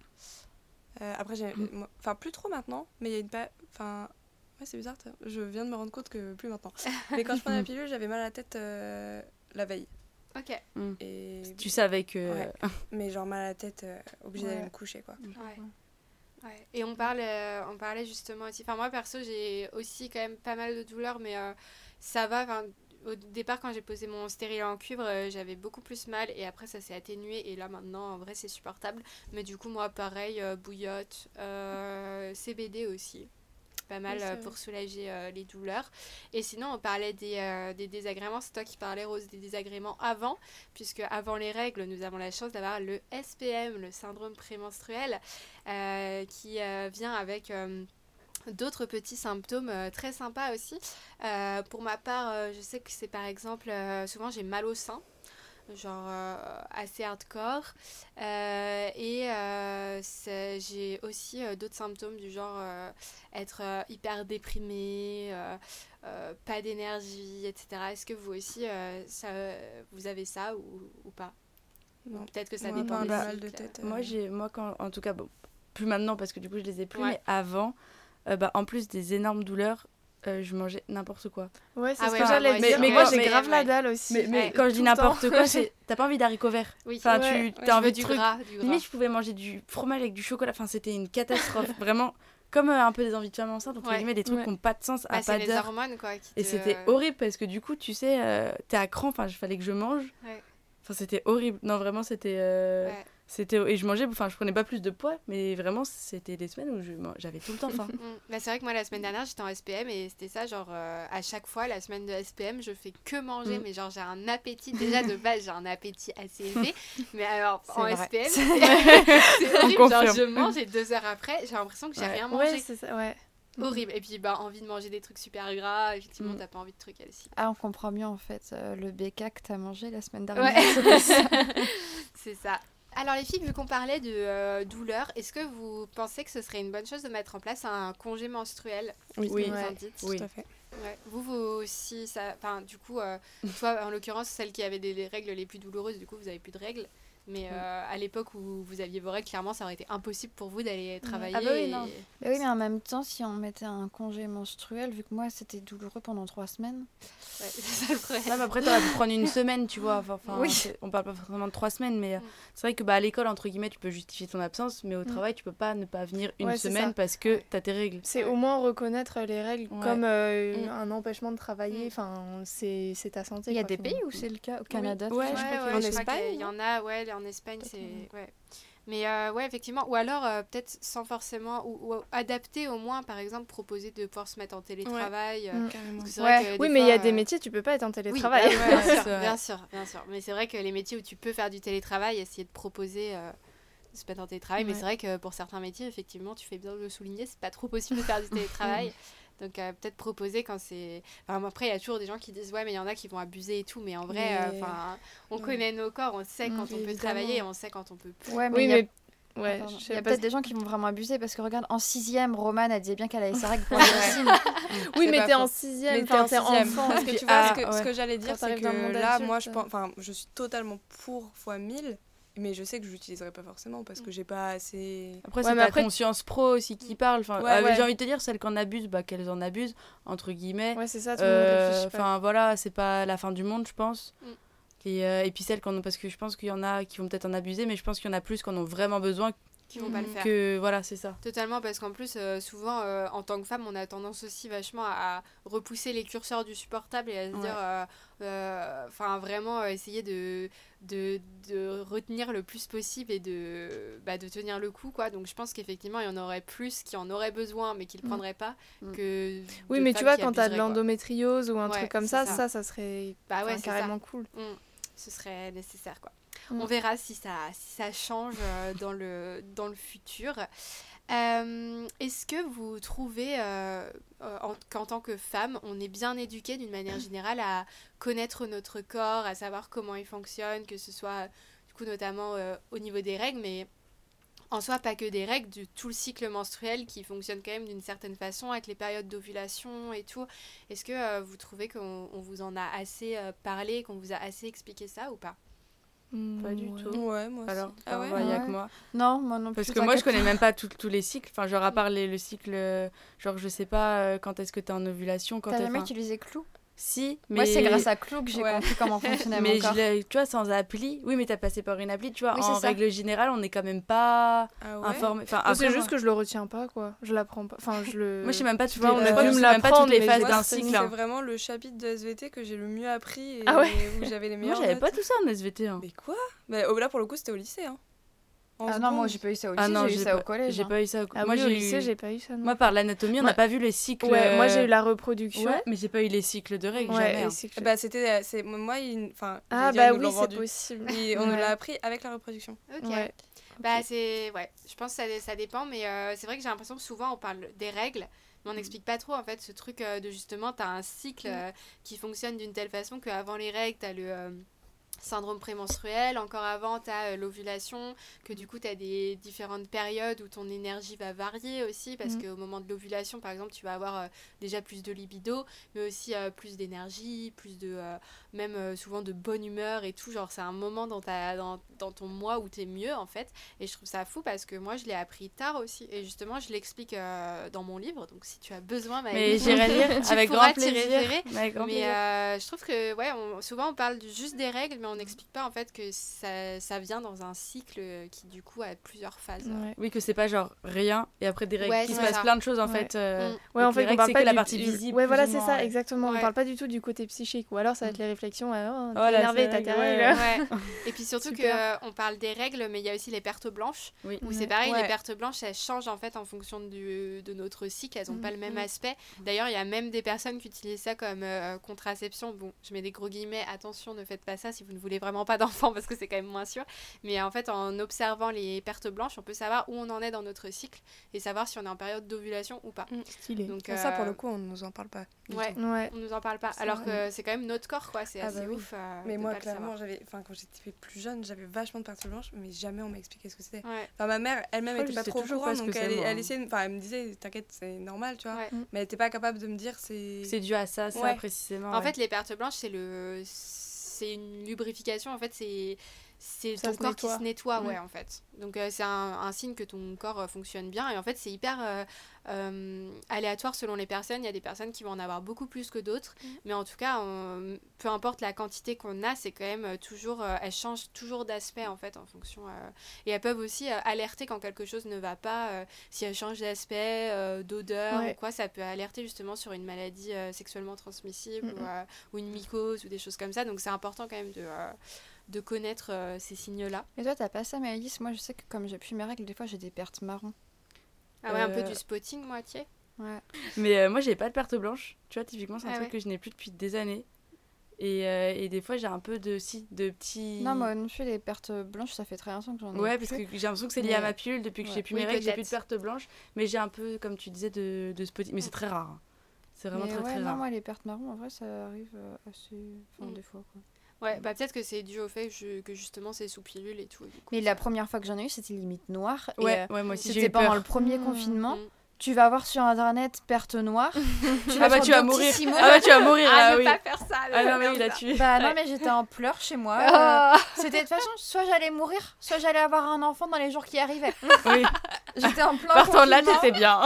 Euh, après, j'ai. moi- Enfin, plus trop maintenant, mais il y a une. Pa... Enfin. Ouais, c'est bizarre, t'as- je viens de me rendre compte que plus maintenant. Mais quand je prenais la pilule, j'avais mal à la tête euh, la veille.
Ok.
Et...
Tu savais que.
Ouais. Mais genre mal à la tête, euh, obligée d'aller
Ouais.
me coucher, quoi.
Ouais. Ouais. Et on, parle, euh, on parlait justement aussi. Enfin, moi, perso, j'ai aussi quand même pas mal de douleurs, mais euh, ça va. Enfin, au départ, quand j'ai posé mon stérilet en cuivre, euh, j'avais beaucoup plus mal. Et après, ça s'est atténué. Et là, maintenant, en vrai, c'est supportable. Mais du coup, moi, pareil, euh, bouillotte, euh, C B D aussi. Pas mal
Oui, c'est
euh,
vrai.
pour soulager euh, les douleurs. Et sinon, on parlait des, euh, des désagréments. C'est toi qui parlais, Rose, des désagréments avant, puisque avant les règles, nous avons la chance d'avoir le S P M, le syndrome prémenstruel, euh, qui euh, vient avec euh, d'autres petits symptômes euh, très sympas aussi. Euh, pour ma part, euh, je sais que c'est par exemple, euh, souvent j'ai mal au sein, genre euh, assez hardcore. Euh, et euh, c'est- j'ai aussi euh, d'autres symptômes du genre euh, être euh, hyper déprimée, euh, euh, pas d'énergie, et cetera. Est-ce que vous aussi, euh, ça, vous avez ça ou, ou pas?
Non.
Peut-être que ça
Moi,
dépend
pas
des
mal
cycles.
de tête.
Moi,
euh,
j'ai, moi quand, en tout cas, bon, plus maintenant parce que du coup, je les ai plus,
Ouais.
mais avant, euh, bah, en plus des énormes douleurs, euh, je mangeais n'importe quoi.
Ouais, c'est
Ah
ce
ouais,
que
bah,
j'allais
moi
dire.
aussi,
Mais
euh,
moi,
mais-
j'ai grave la
ouais.
dalle aussi.
Mais, mais
Ouais,
quand je
tout
dis
le
n'importe
temps.
quoi, c'est t'as pas envie d'haricots verts.
Oui.
Enfin,
Ouais.
tu
Ouais,
t'as
je
envie
veux
de
du
trucs.
gras, du gras.
Limite, je pouvais manger du fromage avec du chocolat. Enfin, c'était une catastrophe. Vraiment, comme euh, un peu des envies de femme enceinte, entre
Ouais.
guillemets, des trucs
Ouais.
qui n'ont pas de sens
Bah,
à
c'est
pas
les
d'heure.
hormones, quoi. Qui
Et
te-
c'était horrible parce que du coup, tu sais, euh, t'es à cran. Enfin, il fallait que je mange.
Ouais.
Enfin, c'était horrible. Non, vraiment, c'était. euh,
Ouais.
c'était Et je mangeais. Enfin, je prenais pas plus de poids, mais vraiment, c'était des semaines où je... man- j'avais tout le temps faim.
Mm. Bah, c'est vrai que moi la semaine dernière j'étais en S P M et c'était ça, genre euh, à chaque fois la semaine de S P M je fais que manger,
Mm.
mais genre j'ai un appétit, déjà de base j'ai un appétit assez élevé, mais alors
C'est
en
vrai.
S P M
On
c'est horrible, genre
confirme.
je mange et deux heures après j'ai l'impression que j'ai
Ouais.
rien mangé.
Ouais, c'est ça, ouais.
horrible. Et puis, bah, envie de manger des trucs super gras. Effectivement,
Mm.
t'as pas envie de trucs aussi.
Ah, on comprend mieux en fait euh, le B K que t'as mangé la semaine dernière.
Ouais.
c'était ça.
C'est ça. Alors les filles, vu qu'on parlait de euh, douleur, est-ce que vous pensez que ce serait une bonne chose de mettre en place un congé menstruel
Oui,
Oui.
comme vous
Ouais.
en dites
Oui.
tout à fait.
Ouais. Vous, vous aussi, ça... enfin, du coup, euh, toi, en l'occurrence, celle qui avait des, les règles les plus douloureuses, du coup, vous avez plus de règles. Mais euh, à l'époque où vous aviez vos règles, clairement, ça aurait été impossible pour vous d'aller travailler.
Ah bah oui,
et-
non. Mais oui, mais en même temps, si on mettait un congé menstruel, vu que moi c'était douloureux pendant trois semaines.
Ouais, c'est ça le problème.
Non, mais après, t'aurais pu prendre une semaine, tu vois. Enfin, enfin,
Oui.
c'est- on parle pas forcément de trois semaines, mais euh,
Mm.
c'est vrai que bah, à l'école, entre guillemets, tu peux justifier ton absence, mais au
Mm.
travail, tu peux pas ne pas venir une
Ouais, c'est
semaine
ça.
parce que
Ouais.
t'as tes règles.
C'est
Ouais.
au moins reconnaître les règles
Ouais.
comme euh,
Mm.
un empêchement de travailler.
Mm.
Enfin, c'est c'est ta santé.
Il y a
quoi,
des pays
finalement.
où c'est le cas, au Canada. tout
Ouais,
ça.
je
Ouais,
crois
ouais,
qu'il y
en
je crois
Espagne,
qu'il y en a, ouais, en Espagne,
Peut-être,
c'est... Ouais. Mais euh, ouais, effectivement, ou alors euh, peut-être sans forcément, ou, ou adapter au moins, par exemple, proposer de pouvoir se mettre en télétravail. euh,
Mm.
Carrément.
parce que c'est
Ouais.
vrai que
Oui,
des
mais il y a
fois,
des
euh,
métiers, tu peux pas être en
Oui,
télétravail.
bah ouais, bien,
Ouais,
sûr,
c'est vrai.
bien sûr, bien sûr. Mais c'est vrai que les métiers où tu peux faire du télétravail, essayer de proposer euh, de se mettre en télétravail. Mais
Ouais.
c'est vrai que pour certains métiers, effectivement, tu fais bien de le souligner, c'est pas trop possible de faire du télétravail. Donc euh, peut-être proposer quand c'est... Enfin, après, il y a toujours des gens qui disent « Ouais, mais il y en a qui vont abuser et tout. » Mais en vrai, euh,
Mais-
enfin, on
Ouais.
connaît nos corps, on sait
Mm,
quand on peut
évidemment.
travailler et on sait quand on peut plus.
Ouais, mais
Oui,
il y a,
mais. Ouais,
pardon.
je
Il
sais
y a
pas
peut-être
si-
des gens qui vont vraiment abuser parce que regarde, en sixième, Romane a dit bien qu'elle avait ses règles pour les signes.
Oui,
C'est
mais
pas
t'es
faux.
en sixième,
Mais
enfin,
t'es
t'es
en sixième.
enfant.
Parce que
Puis,
tu vois,
ah,
ce que, ce
ouais.
que j'allais dire,
Quand
c'est
t'arrives
que
dans le monde
là,
adulte,
moi, je
euh.
pense, enfin, je suis totalement pour fois mille, mais je sais que je l'utiliserai pas forcément parce que j'ai pas assez.
Après,
Ouais,
c'est
mais
ta
après,
conscience pro aussi qui parle. Enfin,
Ouais,
euh,
ouais.
J'ai envie de te dire, celles qui en abusent, bah, qu'elles en abusent, entre guillemets.
Ouais, c'est ça, tout le monde
Euh,
réfléchit pas.
Enfin, voilà, c'est pas la fin du monde, je pense.
Mm.
Et, euh, et puis celles qu'on parce que je pense qu'il y en a qui vont peut-être en abuser, mais je pense qu'il y en a plus qui en ont vraiment besoin
Qui vont pas le faire.
que voilà, c'est ça.
Totalement, parce qu'en plus, euh, souvent, euh, en tant que femme, on a tendance aussi vachement à, à repousser les curseurs du supportable et à se
Ouais.
dire, euh, euh, enfin, vraiment euh, essayer de, de, de retenir le plus possible et de, bah, de tenir le coup, quoi. Donc, je pense qu'effectivement, il y en aurait plus qui en auraient besoin, mais qui le
Mm.
prendraient pas,
Mm.
que.
Oui,
de
mais tu
femmes
vois,
qui
quand t'as de
abuseraient, quoi.
l'endométriose ou un
Ouais,
truc comme
c'est
ça,
ça.
ça, ça serait
Bah ouais,
enfin,
c'est
carrément cool.
Mm. Ce serait nécessaire, quoi.
Mm.
On verra si ça, si ça change euh, dans, le, dans le futur. Euh, Est-ce que vous trouvez euh, euh, en- qu'en tant que femme, on est bien éduqué d'une manière générale à connaître notre corps, à savoir comment il fonctionne, que ce soit du coup notamment euh, au niveau des règles, mais en soi pas que des règles, du tout le cycle menstruel qui fonctionne quand même d'une certaine façon avec les périodes d'ovulation et tout. Est-ce que euh, vous trouvez qu'on on vous en a assez euh, parlé, qu'on vous a assez expliqué ça ou pas?
Pas du
Ouais.
tout.
Ouais, moi aussi.
Alors,
Ah
enfin,
ouais
il y a
Ouais.
que moi.
Non, moi non plus.
Parce que moi, je
t'inquiète
connais même pas tout- tous les cycles. Enfin, genre, à part les- le cycle, euh, genre, je sais pas euh, quand est-ce que t'es en ovulation. Quand
T'as
t'es-
jamais
enfin,
utilisé Clou?
Si, mais.
Moi, c'est grâce à Clou que j'ai
Ouais.
compris comment fonctionnait
Mais
mon corps.
je l'ai- tu vois, sans appli. Oui, mais t'as passé par une appli, tu vois.
Oui,
en
c'est ça.
règle générale, on est quand même pas
Ah ouais.
informé. Enfin,
Moi, c'est
après,
juste
moi,
que je le retiens pas, quoi. Je l'apprends pas. Enfin, je le.
moi, je sais même pas
Tu
toutes
vois,
les,
on
je
a
crois
dû
que je
me
sais même pas toutes
l'apprendre,
les
mais
phases
je-
d'un
C'est
cycle. hein.
vraiment le chapitre de S V T que j'ai le mieux appris et
Ah ouais
où j'avais les
Moi,
meilleurs.
j'avais pas tout ça en S V T. hein.
Mais quoi? Bah, oh, là, pour le coup, c'était au lycée. Hein. En
Ah non, moi
seconde.
j'ai pas eu ça au
Ah
lycée,
non,
j'ai eu
j'ai
ça
pas-
au collège.
J'ai
hein.
pas eu ça. au-
Ah
moi,
oui,
j'ai
au
eu-
lycée, j'ai pas eu ça. Non.
Moi, par l'anatomie, on n'a
Ouais.
pas vu les cycles.
Ouais, moi j'ai
euh,
eu la reproduction.
Ouais, mais j'ai pas eu les cycles de règles,
Ouais,
jamais.
et
hein.
c'est que-
Bah, c'était. euh, c'est- Moi, il- enfin.
Ah
j'allais dire, ils
bah
nous
oui,
l'ont
c'est
vendu.
possible.
Et on nous
Ouais.
l'a appris avec la reproduction.
Ok.
Ouais.
Bah c'est ouais, je pense que ça, ça dépend, mais euh, c'est vrai que j'ai l'impression que souvent on parle des règles, mais on n'explique pas trop en fait ce truc euh, de justement t'as un cycle euh, qui fonctionne d'une telle façon qu'avant les règles t'as le euh, syndrome prémenstruel, encore avant t'as euh, l'ovulation, que du coup t'as des différentes périodes où ton énergie va varier aussi, parce
Mhm.
qu'au moment de l'ovulation par exemple tu vas avoir euh, déjà plus de libido, mais aussi euh, plus d'énergie, plus de euh, même euh, souvent de bonne humeur et tout, genre c'est un moment dans, ta, dans, dans ton mois où t'es mieux en fait, et je trouve ça fou parce que moi je l'ai appris tard aussi, et justement je l'explique euh, dans mon livre, donc si tu as besoin
Mais
Maëlys,
j'irai lire
tu
avec
pourras
grand
t'y
plaisir.
référer.
Avec grand
Mais
plaisir.
euh, je trouve que ouais, on, souvent on parle de, juste des règles, mais on n'explique pas en fait que ça, ça vient dans un cycle qui du coup a plusieurs phases.
Ouais.
Oui, que c'est pas genre rien et après des règles,
Ouais,
qu'il se
c'est
passe
ça.
plein de choses en
Ouais.
fait. euh,
Mm.
Ouais,
donc
en fait,
les
on
règles,
parle
c'est
pas
que la
du-
partie
du-
visible.
Ouais,
plus
voilà,
ou
c'est
moins,
ça,
ouais.
exactement.
Ouais.
On parle pas du tout du côté psychique, ou alors ça va être les réflexions. Ouais, oh, t'es
Voilà,
énervé,
c'est
t'as
vrai
tes
que-
règles.
Ouais. Et puis surtout
Super.
qu'on parle des règles, mais il y a aussi les pertes blanches,
Oui.
où
Ouais.
c'est pareil,
Ouais.
les pertes blanches, elles changent en fait en fonction du, de notre cycle, elles n'ont
Mm.
pas le même
Mm.
aspect. D'ailleurs, il y a même des personnes qui utilisent ça comme euh, contraception. Bon, je mets des gros guillemets, attention, ne faites pas ça si vous ne voulez vraiment pas d'enfants parce que c'est quand même moins sûr. Mais en fait, en observant les pertes blanches, on peut savoir où on en est dans notre cycle et savoir si on est en période d'ovulation ou pas.
Stylé.
Donc,
Ça, pour
euh,
le coup, on nous en parle pas. du
ouais,
tout.
Ouais.
on nous en parle pas.
C'est
Alors
vrai.
que c'est quand même notre corps, quoi. C'est
Ah
assez
bah oui.
ouf. euh,
Mais
de
moi,
pas le savoir.
clairement, j'avais, enfin, quand j'étais plus jeune, j'avais vachement de pertes blanches, mais jamais on m'a expliqué ce que c'était.
Ouais.
Enfin, ma mère elle-même
Je crois
était
que
pas
je sais
trop au
toujours
courant,
pas ce que
donc
c'est,
elle,
moi.
elle essayait, enfin, elle me disait, t'inquiète, c'est normal, tu vois.
Ouais.
Mais elle était pas capable de me dire c'est.
C'est dû à ça, ça
Ouais.
précisément.
En
ouais.
fait, les pertes blanches, c'est le, c'est une lubrification. En fait, c'est c'est
Ça
ton
se
corps qui
nettoie.
se nettoie, ouais,
Mm.
en fait. Donc euh, c'est un, un signe que ton corps euh, fonctionne bien. Et en fait, c'est hyper euh, euh, aléatoire selon les personnes. Il y a des personnes qui vont en avoir beaucoup plus que d'autres.
Mm.
Mais en tout cas, on- peu importe la quantité qu'on a, c'est quand même euh, toujours, euh, elles changent toujours d'aspect en fait en fonction. euh, et elles peuvent aussi euh, alerter quand quelque chose ne va pas. euh, si elles changent d'aspect, euh, d'odeur
Ouais.
ou quoi, ça peut alerter justement sur une maladie euh, sexuellement transmissible
Mm,
ou, euh, ou une mycose ou des choses comme ça. Donc c'est important quand même de, euh, de connaître euh, ces signes-là.
Et toi, t'as pas ça, Maëlys? Moi, je sais que comme j'ai plus mes règles, des fois, j'ai des pertes marron.
Ah ouais, un peu
Euh,
du spotting moitié.
Ouais.
Mais euh, moi, j'ai pas de perte blanche. Tu vois, typiquement, c'est un
Ah
truc
ouais.
que je n'ai plus depuis des années. Et, euh, et des fois, j'ai un peu de, si, de petits.
Non, moi non plus, les pertes blanches, ça fait très longtemps que j'en ai
Ouais, parce
plus.
que j'ai l'impression que c'est lié
Mais-
à ma pilule. Depuis que
ouais.
j'ai plus
Oui,
mes règles, j'ai plus de
peut-être.
pertes blanches. Mais j'ai un peu, comme tu disais, de, de spotting. Mais c'est très rare. hein. C'est vraiment
Mais
très
ouais,
très
non,
rare.
moi, les pertes marron, en vrai, ça arrive euh, assez. Enfin,
Mm.
des fois, quoi.
Ouais, bah peut-être que c'est dû au fait que, je- que justement c'est sous pilule et tout. du coup,
Mais
ça-
la première fois que j'en ai eu, c'était limite noir. Et,
Ouais,
euh,
ouais, moi aussi, j'ai
c'était
eu
pendant
peur.
le premier
Mm.
confinement.
Mm.
Tu vas voir sur internet perte noire. tu
Ah bah,
sur
tu vas mourir. Ah bah, tu vas mourir,
Ah,
là,
ne
oui.
pas faire ça. ne
Ah
pas
non, mais
faire
il a
ça.
tué.
Bah non,
Ouais.
mais j'étais en pleurs chez moi. euh,
Ah.
C'était de toute façon, soit j'allais mourir, soit j'allais avoir un enfant dans les jours qui arrivaient.
Oui.
J'étais en plein
Partant de là,
confinement.
t'étais bien.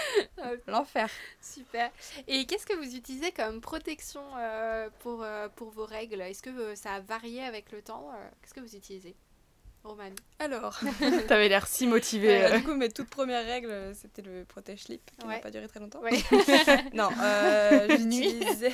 L'enfer.
Super. Et qu'est-ce que vous utilisez comme protection euh, pour, euh, pour vos règles? Est-ce que euh, ça a varié avec le temps? euh, Qu'est-ce que vous utilisez? Roman.
Alors,
T'avais l'air si motivé.
euh, du coup, mes toutes premières règles, c'était le protège-slip, qui n'a
Ouais.
pas duré très longtemps.
Ouais.
Non, euh, j'utilisais...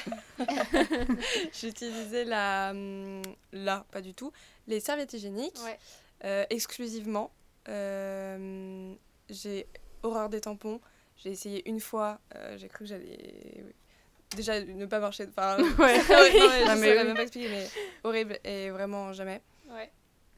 j'utilisais la... hum, Là, pas du tout. Les serviettes hygiéniques,
Ouais.
euh, exclusivement. Euh, j'ai horreur des tampons. J'ai essayé une fois, euh, j'ai cru que j'allais... oui. Déjà, ne pas marcher... Enfin,
Ouais.
c'est horrible. Non, mais
Non,
je
mais
saurais
oui.
même pas expliquer, mais horrible et vraiment jamais.
Ouais.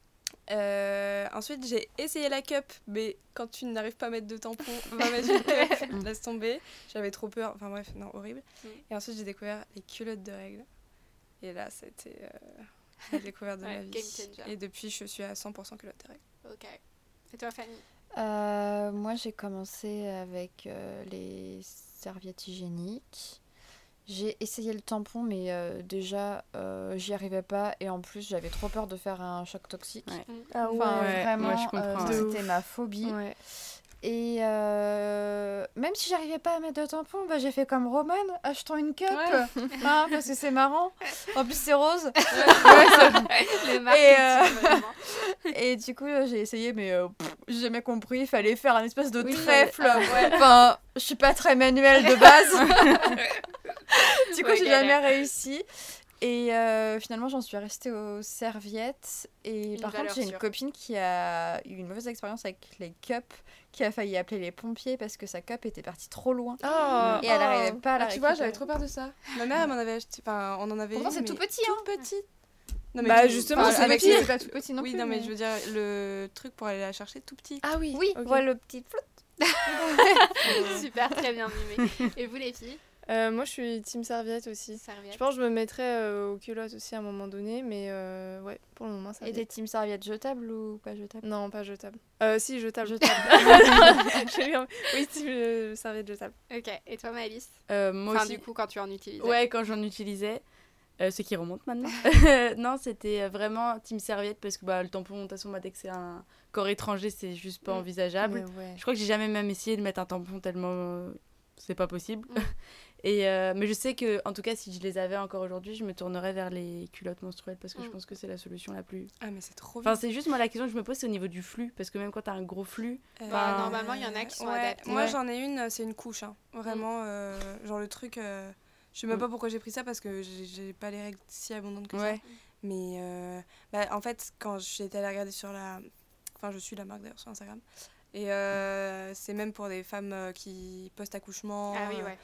Euh, ensuite, j'ai essayé la cup, mais quand tu n'arrives pas à mettre de tampon, va mettre une cup, laisse tomber. J'avais trop peur, enfin bref, non, horrible.
Mm.
Et ensuite, j'ai découvert les culottes de règles. Et là, c'était euh, la découverte de
Ouais,
ma vie.
game changer.
Et depuis, je suis à cent pour cent culottes de règles.
Ok. Et toi, Fanny?
Euh, moi, j'ai commencé avec euh, les serviettes hygiéniques. J'ai essayé le tampon, mais euh, déjà, euh, j'y arrivais pas. Et en plus, j'avais trop peur de faire un choc toxique.
Ouais.
Ah
Enfin,
ouais,
vraiment,
moi, je comprends,
euh,
ouais.
c'était ma phobie.
Ouais.
Et euh, même si j'arrivais pas à mettre de tampon, bah, j'ai fait comme Roman, achetant une cup.
Ouais.
Hein, parce que c'est marrant. En plus, c'est rose.
Le marketing,
euh,
vraiment.
Et du coup, euh, j'ai essayé, mais euh, pff, j'ai jamais compris. Il fallait faire un espèce de
Oui,
trèfle.
fallait-
Enfin, je suis pas très manuelle de base. Du coup,
Ouais,
j'ai
galère.
jamais réussi. Et euh, finalement, j'en suis restée aux serviettes. Et
Une
par contre,
valeur
j'ai une
sûre.
copine qui a eu une mauvaise expérience avec les cups, qui a failli appeler les pompiers parce que sa cup était partie trop loin.
Oh,
Et elle
oh.
arrivait pas à la
Ah, tu vois,
récupérer.
j'avais trop peur de ça. Ma mère, elle m'en avait acheté. Enfin, on en avait
Pourtant,
une,
c'est
mais
tout petit,
toute petite. Non,
Bah,
je-
justement,
enfin,
c'est
avec
pire.
les-
C'est pas tout petit non
Oui,
plus.
non, mais je veux dire, le truc pour aller la chercher tout petit.
Ah oui.
Oui,
Ok.
voilà le petit flot.
Super, très bien mimé. Et vous, les filles?
Euh, moi, je suis team serviette aussi.
Serviette.
Je pense que je me mettrais euh, aux culottes aussi à un moment donné, mais euh, ouais, pour le moment, ça
Et des team serviettes jetables ou pas jetables?
Non, pas jetable. Euh, si, jetable.
Jetables.
J'ai eu un- Oui, team euh, serviette jetable.
Ok. Et toi, Maëlys?
Euh, moi
Enfin,
aussi.
du coup, quand tu en utilises.
Ouais, quand j'en utilisais. Euh, ce qui remonte maintenant. Non, c'était vraiment team serviette parce que bah, le tampon, de toute façon, moi, dès que c'est un corps étranger, c'est juste pas
Mm.
envisageable.
Mais ouais.
Je crois que j'ai jamais même essayé de mettre un tampon tellement euh, c'est pas possible.
Mm.
Et euh, mais je sais que, en tout cas, si je les avais encore aujourd'hui, je me tournerais vers les culottes menstruelles parce que je
Mm.
pense que c'est la solution la plus.
Ah, mais c'est trop
Enfin,
bien.
c'est juste moi la question que je me pose, c'est au niveau du flux parce que même quand t'as un gros flux,
Bah,
Euh,
normalement, il y en a qui sont
ouais,
adaptés.
Moi,
Ouais.
j'en ai une, c'est une couche. Hein. Vraiment, euh, genre le truc. euh, je sais même
Mm.
pas pourquoi j'ai pris ça parce que j'ai j'ai pas les règles si abondantes que ça.
ouais.
Mais euh, bah, en fait, quand j'étais allée regarder sur la. Enfin, je suis la marque d'ailleurs sur Instagram. Et euh, c'est même pour des femmes euh, qui post-accouchement.
Ah oui,
euh,
ouais.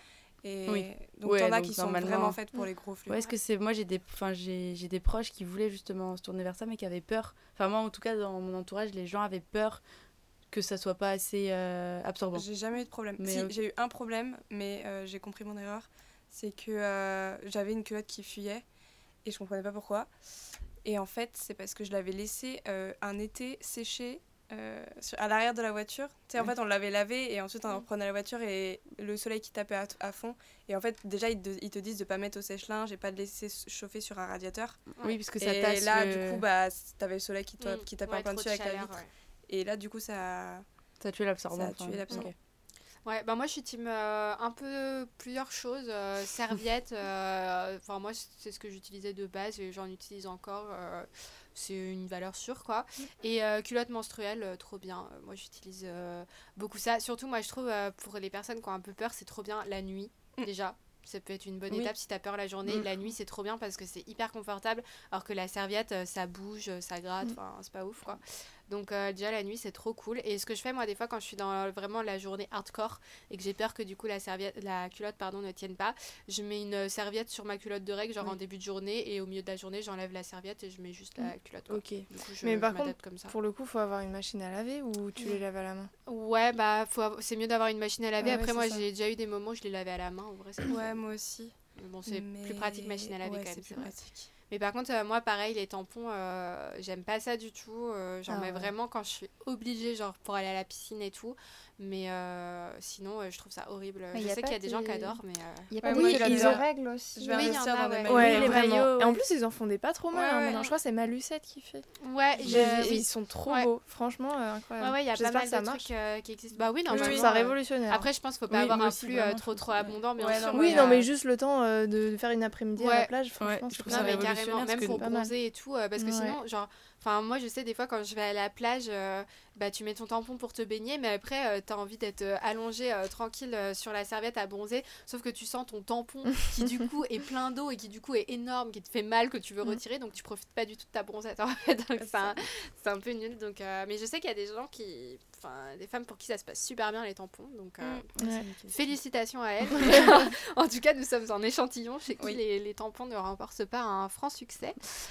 Et
Oui.
donc,
Ouais,
t'en as
donc
qui sont
normalement-
vraiment faites pour les gros flux.
Ouais, est-ce que c'est moi j'ai des enfin j'ai j'ai des proches qui voulaient justement se tourner vers ça mais qui avaient peur. Enfin moi en tout cas dans mon entourage les gens avaient peur que ça soit pas assez euh, absorbant.
J'ai jamais eu de problème.
Mais
si,
ok.
j'ai eu un problème, mais euh, j'ai compris mon erreur. C'est que euh, j'avais une culotte qui fuyait et je comprenais pas pourquoi. Et en fait, c'est parce que je l'avais laissée euh, un été sécher euh, sur- à l'arrière de la voiture. Tu sais, en
Ouais.
fait, on l'avait lavée et ensuite on reprenait la voiture et le soleil qui tapait à, à fond. Et en fait, déjà, ils te, ils te disent de pas mettre au sèche-linge et pas de laisser chauffer sur un radiateur.
Oui parce que ça
Et
tasse
là,
le-
du coup, bah, t'avais le soleil qui, toi,
Mm.
qui tapait
Ouais,
en plein
trop
dessus
de
avec la
chaleur,
vitre.
ouais.
Et là, du coup, ça...
ça tue l'absorbant.
Ça a
enfin,
tué l'absorbant.
ok.
Ouais, bah moi je suis team euh, un peu plusieurs choses. euh, serviettes, euh, enfin moi c'est ce que j'utilisais de base et j'en utilise encore. euh, c'est une valeur sûre quoi. Et euh, culotte menstruelle, euh, trop bien. Euh, moi j'utilise euh, beaucoup ça. Surtout moi je trouve euh, pour les personnes qui ont un peu peur, c'est trop bien la nuit
Mm.
déjà. Ça peut être une bonne
Oui.
étape si t'as peur la journée.
Mm.
La nuit c'est trop bien parce que c'est hyper confortable. Alors que la serviette euh, ça bouge, euh, ça gratte,
Mm.
enfin c'est pas ouf quoi. Donc euh, déjà la nuit c'est trop cool. Et ce que je fais moi des fois quand je suis dans vraiment la journée hardcore et que j'ai peur que du coup la serviette, la culotte pardon ne tienne pas, je mets une serviette sur ma culotte de règle genre
Oui.
en début de journée et au milieu de la journée j'enlève la serviette et je mets juste la culotte. Quoi.
Ok.
Du coup je,
Mais
je
par
m'adapte comme ça.
Pour le coup, faut avoir une machine à laver ou tu les laves à la main?
Ouais bah faut avoir- c'est mieux d'avoir une machine à laver.
Ah ouais,
Après moi
c'est ça.
j'ai déjà eu des moments où je les lavais à la main. En vrai c'est
Ouais, moi aussi.
Mais bon c'est
Mais-
plus pratique machine à laver
ouais,
quand même.
c'est
C'est
plus
vrai.
pratique.
Mais par contre, euh, moi, pareil, les tampons, euh, j'aime pas ça du tout. euh, J'en
Ah
mets
ouais.
vraiment quand je suis obligée, genre pour aller à la piscine et tout. Mais euh, sinon, euh, je trouve ça horrible.
Mais
je
y a
sais
pas
qu'il y a des gens qui
des-
adorent, mais. euh,
Il y a
Ouais,
pas
moi,
des
je vais
culottes de
investir-
règles aussi.
Je vais
Oui, il y
investir
en a,
dans des
ouais.
maillots.
Ouais,
les
vraiment.
maillots,
Et en
ouais.
plus, ils en font des pas trop mal.
Ouais,
hein,
ouais.
maintenant. Je crois que c'est ma Lucette qui fait.
Ouais,
J'ai
je-
vu- et
oui.
ils sont trop
Ouais.
beaux. Franchement, euh,
Ouais,
incroyable.
ouais, il y a pas
J'espère
mal
que ça
de
marche.
trucs euh, qui existent. Bah oui,
Je
normalement.
trouve ça
euh,
révolutionnaire.
Après, je pense qu'il faut pas
Oui,
avoir
moi
un
aussi,
flux
vraiment,
euh, trop
je
trop
trouve ça-
abondant, bien
Ouais,
sûr.
non,
Oui,
mais,
non,
euh,
mais juste le temps euh, de de faire une après-midi à
Ouais.
la plage, franchement,
je
c'est
trouve
Non,
ça
mais
révolutionnaire,
carrément,
parce
même
que
pour
pas mal.
bronzer et tout, euh, parce que
Ouais.
sinon, genre, enfin, moi je sais des fois quand je vais à la plage, euh, bah tu mets ton tampon pour te baigner, mais après euh, t'as envie d'être euh, allongé euh, tranquille euh, sur la serviette à bronzer, sauf que tu sens ton tampon qui du coup est plein d'eau et qui du coup est énorme, qui te fait mal, que tu veux
Mm.
retirer, donc tu profites pas du tout de ta bronzette en fait, donc c'est un, c'est un peu nul. Donc, euh, mais je sais qu'il y a des gens qui, enfin, des femmes pour qui ça se passe super bien les tampons, donc. euh,
Ouais.
Félicitations à elles. En tout cas, nous sommes un échantillon chez qui
Oui.
les, les tampons ne remportent pas un franc succès.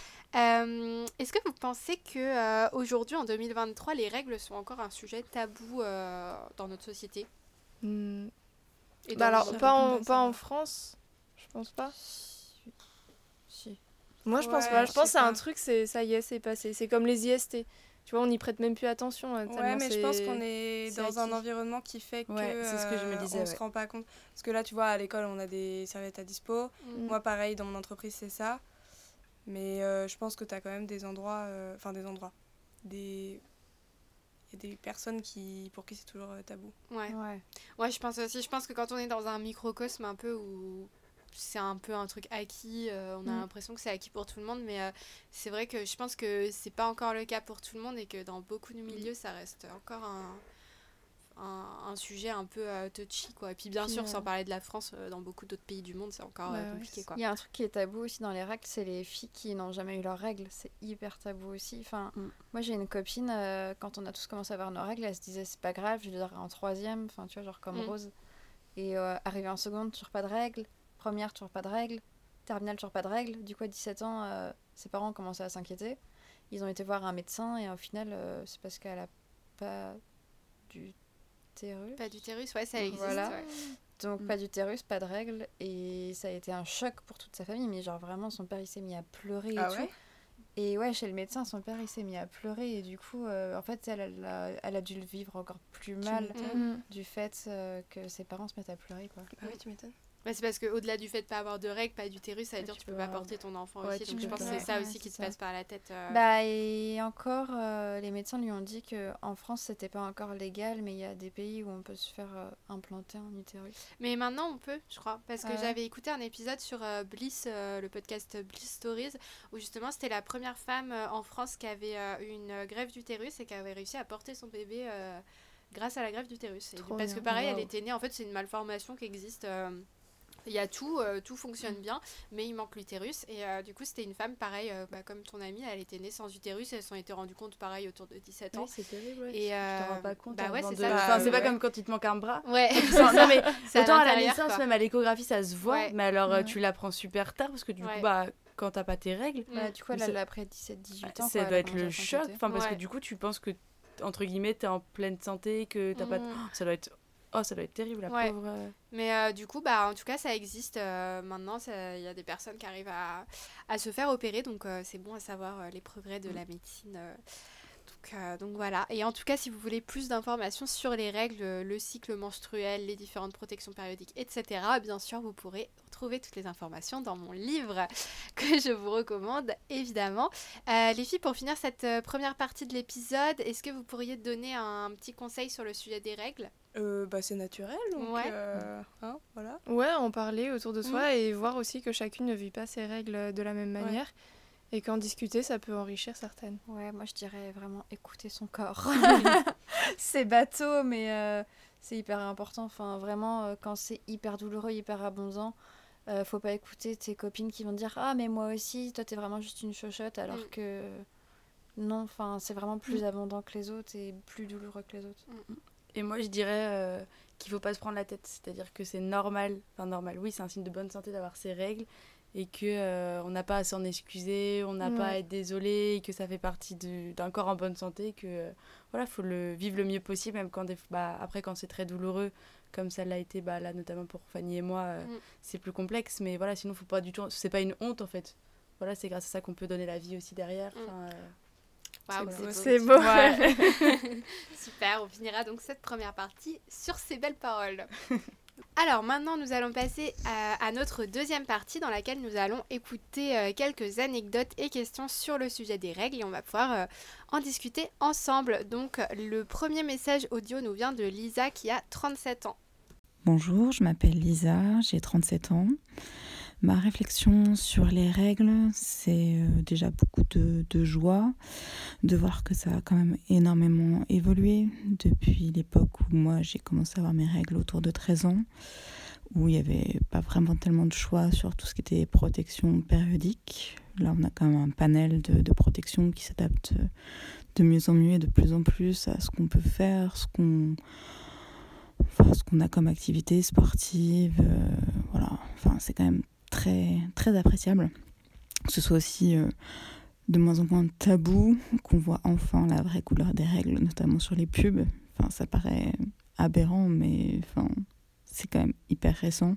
Euh, Est-ce que vous pensez que euh, aujourd'hui, en deux mille vingt-trois, les règles sont encore un sujet tabou euh, dans notre société
Hmm.
et
Bah
dans
alors,
le-
pas en,
pas
pas
ça.
en France, je pense pas.
Si.
Moi, je pense
Ouais,
pas.
je
Je pense que
sais
c'est un
pas.
truc, c'est ça y est, c'est passé. C'est comme les I S T. Tu vois, on n'y prête même plus attention. euh,
Ouais,
tellement
mais je
c'est-
pense qu'on est
c'est
dans un
acquis.
environnement qui fait que
Ouais, c'est ce que je me
euh,
disais,
on
ouais.
se rend pas compte. Parce que là, tu vois, à l'école, on a des serviettes à dispo.
Mm.
Moi, pareil, dans mon entreprise, c'est ça. Mais euh, je pense que tu as quand même des endroits, euh, enfin des endroits, des... Il y a des personnes qui, pour qui c'est toujours euh, tabou.
Ouais.
Ouais.
Ouais, je pense aussi. Je pense que quand on est dans un microcosme un peu où c'est un peu un truc acquis, euh, on a
Mm.
l'impression que c'est acquis pour tout le monde, mais euh, c'est vrai que je pense que c'est pas encore le cas pour tout le monde et que dans beaucoup de milieux, ça reste encore un, un, un sujet un peu euh, touchy, quoi. Et puis bien
Puis,
sûr,
euh,
sans parler de la France, euh, dans beaucoup d'autres pays du monde, c'est encore
Bah
euh,
ouais,
compliqué,
c'est
quoi.
Il y a un truc qui est tabou aussi dans les règles, c'est les filles qui n'ont jamais eu leurs règles. C'est hyper tabou aussi. Enfin,
Mm.
moi j'ai une copine, euh, quand on a tous commencé à avoir nos règles, elle se disait c'est pas grave, je les aurai en troisième, enfin tu vois, genre comme
Mm.
Rose. Et euh, arrivée en seconde, toujours pas de règles. Première, toujours pas de règles. Terminale, toujours pas de règles. Du coup, à dix-sept ans, euh, ses parents ont commencé à s'inquiéter. Ils ont été voir un médecin et au final, euh, c'est parce qu'elle a pas d'utérus.
Pas d'utérus, ouais, ça
Donc
existe.
voilà.
ouais.
Donc
Mm.
pas d'utérus, pas de règles. Et ça a été un choc pour toute sa famille. Mais genre vraiment, son père, il s'est mis à pleurer et
Ah
tout.
ouais
Et ouais, chez le médecin, son père, il s'est mis à pleurer. Et du coup, euh, en fait, elle, elle, a, elle a dû le vivre encore plus mal
m'étonnes.
Mm.
du fait euh, que ses parents se mettent à pleurer, quoi.
Bah oui, tu m'étonnes.
Bah, c'est parce qu'au-delà du fait de pas avoir de règles, pas d'utérus, ça veut
Ouais,
dire
tu
que tu peux
peux
pas
avoir-
porter ton enfant
Ouais,
aussi.
tu
Donc je
peux
pense que
pas.
c'est ça
Ouais,
aussi qui
c'est
te
ça.
passe par la tête. euh.
Bah, et encore, euh, les médecins lui ont dit qu'en France, c'était pas encore légal, mais il y a des pays où on peut se faire euh, implanter un utérus.
Mais maintenant, on peut, je crois. Parce que
Ah ouais.
j'avais écouté un épisode sur euh, Bliss, euh, le podcast Bliss Stories, où justement, c'était la première femme euh, en France qui avait euh, eu une euh, greffe d'utérus et qui avait réussi à porter son bébé euh, grâce à la greffe d'utérus. Et
Trop
parce que
bien.
pareil, elle
Wow.
était née, en fait, c'est une malformation qui existe. euh, Il y a tout, euh, tout fonctionne bien, mais il manque l'utérus. Et euh, du coup, c'était une femme, pareil, euh, bah, comme ton amie, elle était née sans utérus. Elles s'en étaient rendues compte, pareil, autour de dix-sept ans.
Oui, c'est terrible. Ouais.
Et euh,
tu t'en rends pas compte.
Bah ouais,
avant
c'est
de...
ça.
Enfin, c'est
ouais.
pas comme quand il te manque un bras.
Ouais.
non, mais
C'est
autant à la
l'intérieur,
naissance,
quoi.
même à l'échographie, ça se voit.
Ouais.
Mais alors, euh,
Ouais.
tu l'apprends super tard parce que du
Ouais.
coup, bah, quand t'as pas tes règles,
Bah, du coup, elle
Mais
a
c'est-
l'a après dix-sept dix-huit ans.
ça
quoi,
doit
elle a
être
commencé
le
à
choc.
s'inquiéter.
Enfin, parce
Ouais.
que du coup, tu penses que, entre guillemets, t'es en pleine santé, que t'as pas de...
Mm.
Oh, ça doit être... Oh, ça doit être terrible, la
Ouais.
pauvre... euh.
Mais euh, du coup, bah, en tout cas, ça existe euh, maintenant. Il y a des personnes qui arrivent à, à se faire opérer. Donc, euh, c'est bon à savoir euh, les progrès de la médecine. euh. Donc, euh, donc voilà. Et en tout cas, si vous voulez plus d'informations sur les règles, euh, le cycle menstruel, les différentes protections périodiques, et cetera, bien sûr, vous pourrez retrouver toutes les informations dans mon livre que je vous recommande, évidemment. Euh, les filles, pour finir cette euh, première partie de l'épisode, est-ce que vous pourriez donner un petit conseil sur le sujet des règles ?
Euh, bah, c'est naturel, donc
Ouais.
euh, hein, voilà.
Ouais, en parler autour de soi
Mm.
et voir aussi que chacune ne vit pas ses règles de la même manière. Et qu'en discuter, ça peut enrichir certaines.
Ouais, moi je dirais vraiment écouter son corps. c'est bateau, mais euh, c'est hyper important. Enfin, vraiment, euh, quand c'est hyper douloureux, hyper abondant, euh, faut pas écouter tes copines qui vont te dire ah, mais moi aussi, toi t'es vraiment juste une chochotte, alors
Mm.
que non, enfin, c'est vraiment plus abondant que les autres et plus douloureux que les autres.
Et moi, je dirais euh, qu'il faut pas se prendre la tête. C'est-à-dire que c'est normal. Enfin, normal, oui, c'est un signe de bonne santé d'avoir ses règles. Et que euh, on n'a pas à s'en excuser, on n'a pas à
Ouais.
être désolé, et que ça fait partie du- d'un corps en bonne santé, que euh, voilà, faut le vivre le mieux possible, même quand des, bah, après quand c'est très douloureux, comme ça l'a été bah, là notamment pour Fanny et moi, euh,
Mm.
c'est plus complexe, mais voilà, sinon faut pas du tout, c'est pas une honte en fait. Voilà, c'est grâce à ça qu'on peut donner la vie aussi derrière.
Mm.
Enfin, euh,
Waouh,
C'est beau.
C'est
tu
beau.
vois.
Ouais.
Super, on finira donc cette première partie sur ces belles paroles. Alors maintenant, nous allons passer à, à notre deuxième partie dans laquelle nous allons écouter euh, quelques anecdotes et questions sur le sujet des règles et on va pouvoir euh, en discuter ensemble. Donc le premier message audio nous vient de Lisa qui a trente-sept ans.
Bonjour, je m'appelle Lisa, j'ai trente-sept ans. Ma réflexion sur les règles, c'est euh, déjà beaucoup de, de joie, de voir que ça a quand même énormément évolué depuis l'époque où moi j'ai commencé à avoir mes règles autour de treize ans, où il n'y avait pas vraiment tellement de choix sur tout ce qui était protection périodique. Là, on a quand même un panel de, de protection qui s'adapte de mieux en mieux et de plus en plus à ce qu'on peut faire, ce qu'on... Enfin, ce qu'on a comme activité sportive, euh, voilà, enfin c'est quand même très, très appréciable. Que ce soit aussi euh, de moins en moins tabou, qu'on voit enfin la vraie couleur des règles, notamment sur les pubs. Enfin, ça paraît aberrant, mais enfin, c'est quand même hyper récent.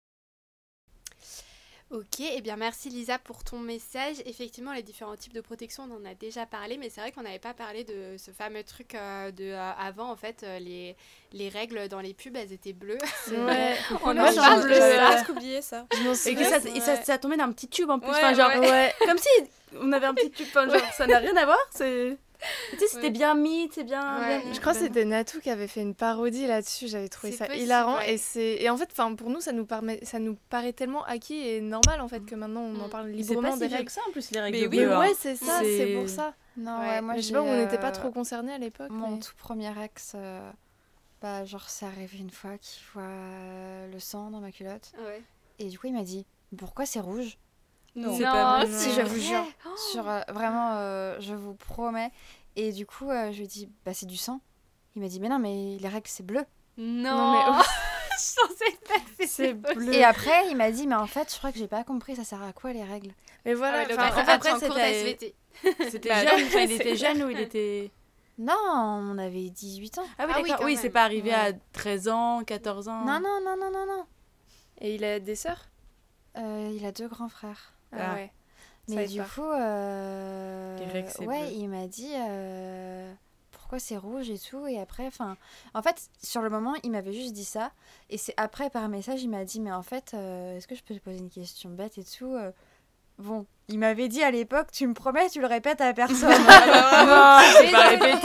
Ok, et eh bien merci Lisa pour ton message. Effectivement, les différents types de protection, on en a déjà parlé, mais c'est vrai qu'on n'avait pas parlé de ce fameux truc euh, de euh, avant. En fait, euh, les, les règles dans les pubs, elles étaient bleues.
Ouais.
On
Moi,
en
je-
parle
je-
de
J'avais
ça.
presque oublié ça.
Je m'en
Et que
souviens.
ça, et ça, ça tombait d'un petit tube en plus.
Ouais,
Enfin, genre,
ouais.
Ouais.
comme si on avait un petit tube. Enfin, genre, ça n'a rien à voir. C'est... Tu sais, c'était
Ouais.
bien mis, c'est bien...
Ouais.
bien-
Je crois que c'était Natou qui avait fait une parodie là-dessus. J'avais trouvé
C'est
ça
possible,
hilarant.
ouais.
Et, c'est... et en fait, pour nous, ça nous, permet... ça nous paraît tellement acquis et normal en fait que maintenant on en
Mm.
parle
Et c'est
librement
pas
des
si vieux
règles.
que ça en plus, les règles
Mais
de
oui,
Mais
bleu, hein.
ouais, c'est ça,
C'est-
c'est pour ça.
Non,
Ouais.
ouais, moi
Mais je sais
j'ai,
pas, on n'était pas
euh,
trop concernés à l'époque.
Mon
mais-
tout premier ex, euh, bah, genre, c'est arrivé une fois qu'il voit euh, le sang dans ma culotte.
Ouais.
Et du coup, il m'a dit pourquoi c'est rouge?
Non,
C'est pas
Si, je vous jure.
Oh.
Sur, euh, vraiment, euh, je vous promets. Et du coup, euh, je lui ai dit bah, c'est du sang. Il m'a dit mais non, mais les règles, c'est bleu.
Non,
Non, mais-
je pensais pas que
C'est
possible.
bleu.
Et après, il m'a dit mais en fait, je crois que j'ai pas compris, ça sert à quoi les règles?
Mais
Ah
voilà,
ouais, donc
enfin,
après,
après,
après, en
c'était-
cours d'S V T.
C'était
Bah,
jeune,
non,
enfin, il
c'est
était
vrai.
jeune ou il était...
Non, on avait dix-huit ans.
Ah oui,
Ah oui,
d'accord.
quand
Oui,
même.
c'est pas arrivé
Ouais.
à treize ans, quatorze ans.
Non, non, non, non, non, non.
Et il a des sœurs
Euh, il a deux grands frères.
Ah,
Ah.
ouais.
Mais
savais
du
pas.
coup, euh,
Les règles, c'est
ouais,
bleu.
il m'a dit euh, pourquoi c'est rouge et tout. Et après, enfin, en fait, sur le moment, il m'avait juste dit ça. Et c'est après, par message, il m'a dit mais en fait, euh, est-ce que je peux te poser une question bête et tout euh, Bon, il m'avait dit à l'époque, tu me promets, tu le répètes à personne.
non, c'est pas répété.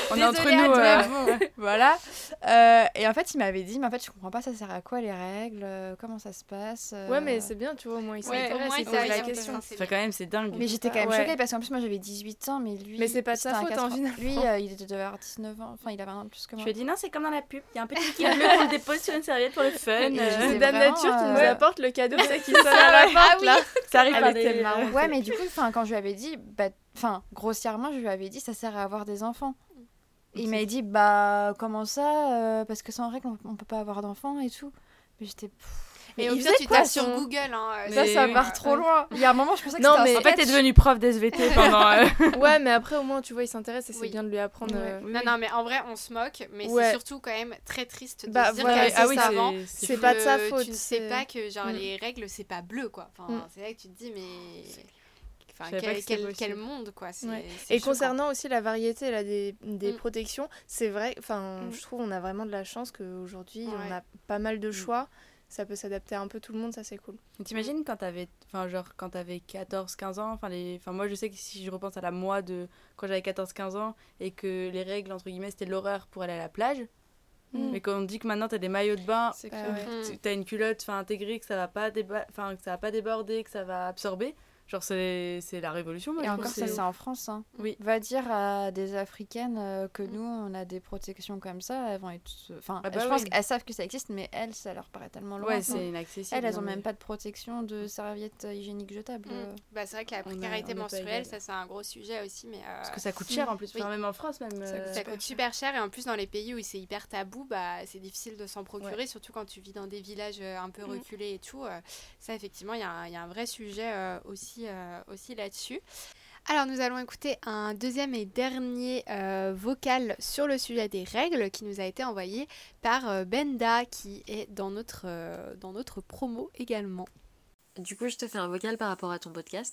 on est entre
Désolée,
nous.
Adèle.
euh,
Voilà. Euh, et en fait, il m'avait dit, mais en fait, je comprends pas, ça sert à quoi les règles, euh, comment ça se passe. euh.
Ouais, mais c'est bien, tu vois, au moins il
Ouais,
s'intéresse,
au moins,
il
ça,
pose
il
la
s'intéresse,
question.
c'est
Enfin, quand même, c'est dingue.
Mais j'étais quand même
Ouais.
choquée parce qu'en plus, moi j'avais dix-huit ans, mais lui.
Mais c'est pas de sa
c'était un
faute,
quatre-
hein, finalement.
Lui, euh, il devait avoir dix-neuf ans, enfin, il avait un an de plus que
Je
moi.
lui ai dit non, c'est comme dans la pub. Il y a un petit qui bleu qu'on le dépose sur une serviette pour le fun.
Et je
euh,
sais
C'est Dame
vraiment,
Nature qui nous
euh,
apporte le cadeau, c'est qui sonne à la porte, là.
Ça arrive
Elle
par
était
des-
marrante.
Ouais, mais du coup, enfin, quand je lui avais dit, bah, enfin, grossièrement, je lui avais dit, ça sert à avoir des enfants. Et il m'a dit, bah, comment ça euh, parce que sans règle, on, on peut pas avoir d'enfants et tout. Mais j'étais.
Et
Mais
au
il
pire,
faisait
tu
quoi,
tapes
son-
sur Google. Hein, euh,
Ça,
Mais
ça
oui.
part trop loin. Il y a un moment, je pensais que
Non,
c'était
mais-
un
En fait, t'es
sketch.
devenue prof d'S V T pendant. euh,
Ouais, mais après, au moins, tu vois, il s'intéresse et c'est
Oui.
bien de lui apprendre.
Ouais.
euh,
Non, non, mais en vrai, on se moque, mais
Ouais.
c'est surtout quand même très triste de
Bah,
se dire
voilà,
qu'à
ah
six
oui,
avant,
c'est-
c'est pas de sa
que
faute,
Tu ne sais
c'est-
pas que genre
Mm.
les règles, c'est pas bleu, quoi. Enfin,
Mm.
c'est là que tu te dis, mais. Enfin,
Je savais pas
quel,
que c'était
quel,
possible.
quel monde, quoi. C'est,
Ouais.
c'est
Et
choquant.
concernant aussi la variété là, des, des
Mm.
protections, c'est vrai, enfin,
Mm.
je trouve on a vraiment de la chance qu'aujourd'hui
Ouais.
on a pas mal de choix. Ça peut s'adapter à un peu tout le monde, ça c'est cool.
Et T'imagines quand t'avais, enfin genre quand t'avais quatorze quinze ans, enfin les, enfin moi je sais que si je repense à la moi de quand j'avais quatorze quinze ans et que les règles entre guillemets c'était l'horreur pour aller à la plage,
Mm.
mais quand on dit que maintenant t'as des maillots de bain,
C'est
Bah
clair.
ouais.
Mm.
t'as une culotte, enfin intégrée que ça va pas déba... enfin que ça va pas déborder, que ça va absorber, genre c'est c'est la révolution. Moi,
Et
je
encore,
trouve,
ça, c'est en France. Hein.
Oui.
Va dire à des Africaines euh, que nous, on a des protections comme ça, elles vont être. Enfin,
Ah bah
je pense
oui.
qu'elles savent que ça existe, mais elles, ça leur paraît tellement loin.
Ouais,
Enfin,
c'est inaccessible.
elles, elles ont
non, mais-
même pas de protection de serviettes euh, hygiéniques jetables.
Mm.
euh.
Bah, c'est vrai que la
On a-
précarité
on n'est pas
menstruelle,
égal.
ça c'est un gros sujet aussi, mais. euh,
Parce que ça coûte cher en plus,
Oui.
enfin, même en France même.
Ça
euh,
coûte
Ça coûte super cher et en plus dans les pays où c'est hyper tabou, bah, c'est difficile de s'en procurer, surtout quand tu vis dans des villages euh, un peu
Mhm.
reculés et tout. euh, ça effectivement, il y, a un- il y a un vrai sujet euh, aussi, euh, aussi là-dessus. Alors nous allons écouter un deuxième et dernier euh, vocal sur le sujet des règles qui nous a été envoyé par euh, Benda qui est dans notre, euh, dans notre promo également.
Du coup, je te fais un vocal par rapport à ton podcast.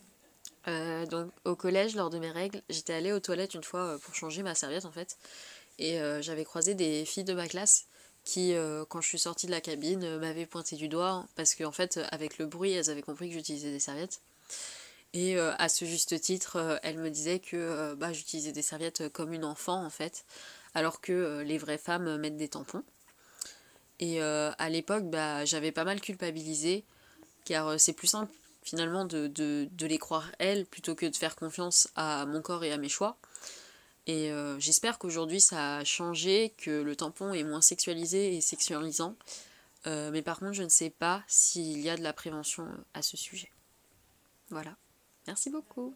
Euh, donc, au collège, lors de mes règles, j'étais allée aux toilettes une fois euh, pour changer ma serviette en fait. Et euh, j'avais croisé des filles de ma classe qui, euh, quand je suis sortie de la cabine, euh, m'avaient pointé du doigt parce qu'en fait, avec le bruit, elles avaient compris que j'utilisais des serviettes. Et euh, à ce juste titre, euh, elles me disaient que euh, bah, j'utilisais des serviettes comme une enfant en fait, alors que euh, les vraies femmes mettent des tampons. Et euh, à l'époque, bah, j'avais pas mal culpabilisé, car euh, c'est plus simple finalement de, de, de les croire elles plutôt que de faire confiance à mon corps et à mes choix. Et euh, j'espère qu'aujourd'hui ça a changé, que le tampon est moins sexualisé et sexualisant. Euh, mais par contre, je ne sais pas s'il y a de la prévention à ce sujet. Voilà. Merci beaucoup.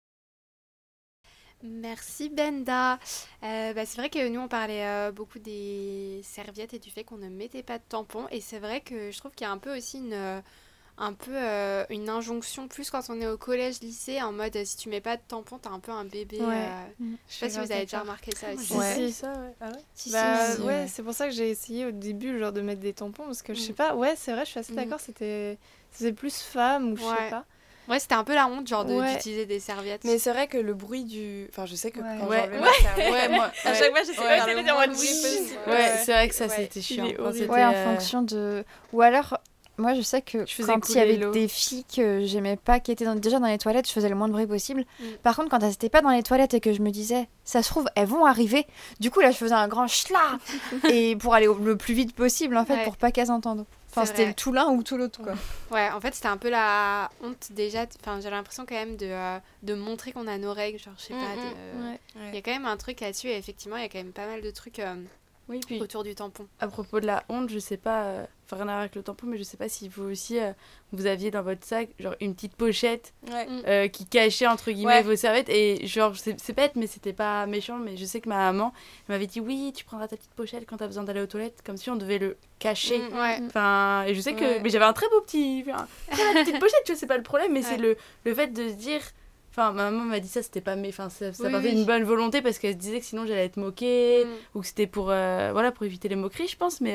Merci Benda. Euh, bah, c'est vrai que nous on parlait euh, beaucoup des serviettes et du fait qu'on ne mettait pas de tampons et c'est vrai que je trouve qu'il y a un peu aussi une, euh, un peu, euh, une injonction plus quand on est au collège, lycée en mode euh, si tu mets pas de tampon t'es un peu un bébé.
Ouais.
euh, Je sais pas si vous avez déjà remarqué ça aussi.
Ouais.
Si, ça, ouais. Ah ouais.
Si,
Bah
si, si,
ouais,
ouais.
c'est pour ça que j'ai essayé au début genre de mettre des tampons parce que je sais
Mm.
pas, ouais, c'est vrai, je suis assez
Mm.
d'accord, c'était c'était plus femme ou je
Ouais.
sais pas.
Ouais, c'était un peu la honte genre de-
Ouais.
d'utiliser des serviettes.
Mais c'est vrai que le bruit du. Enfin, je sais que
Ouais.
quand
Ouais.
j'enlevais ma serviette.
Ouais, moi.
À
ouais.
chaque fois, j'essaie
Ouais.
de faire le
J'allais dire en
moins
mode
de bruit
oui.
possible.
Ouais, c'est vrai que ça
Ouais.
c'était
Il
chiant.
est
Enfin,
horrible.
c'était,
Ouais, en
euh,
fonction de. Ou alors, moi je sais que
Je faisais
quand il y
couler
avait
l'eau.
des filles que j'aimais pas, qui étaient dans- déjà dans les toilettes, je faisais le moins de bruit possible.
Mm.
Par contre, quand elles étaient pas dans les toilettes et que je me disais, ça se trouve, elles vont arriver, du coup là je faisais un grand schla et pour aller au- le plus vite possible en fait,
Ouais.
pour pas qu'elles entendent. Enfin,
C'est
c'était
vrai.
tout l'un ou tout l'autre quoi.
Ouais, en fait, c'était un peu la honte déjà. Enfin, j'ai l'impression quand même de, euh, de montrer qu'on a nos règles. Genre, je sais
Mm,
pas.
mm,
de-
ouais.
Il y a quand même un truc là-dessus et effectivement, il y a quand même pas mal de trucs euh,
Oui, puis
autour du tampon.
à propos de la honte, je sais pas, euh, enfin rien à voir avec le tampon, mais je sais pas si vous aussi, euh, vous aviez dans votre sac genre une petite pochette
Ouais.
Mm.
euh, qui cachait entre guillemets
Ouais.
vos serviettes et genre c'est c'est bête mais c'était pas méchant, mais je sais que ma maman elle m'avait dit oui tu prendras ta petite pochette quand t'as besoin d'aller aux toilettes, comme si on devait le cacher.
Mm, ouais.
Enfin, et je sais que
Ouais.
mais j'avais un très beau petit enfin, très petite pochette, tu vois, c'est pas le problème, mais c'est
Ouais.
le, le fait de se dire. Enfin, ma maman m'a dit ça, c'était pas. Mais enfin, ça, ça
Oui,
partait
oui.
d'une bonne volonté parce qu'elle se disait que sinon j'allais être moquée
Mm.
ou que c'était pour, euh, voilà, pour éviter les moqueries, je pense. Mais euh,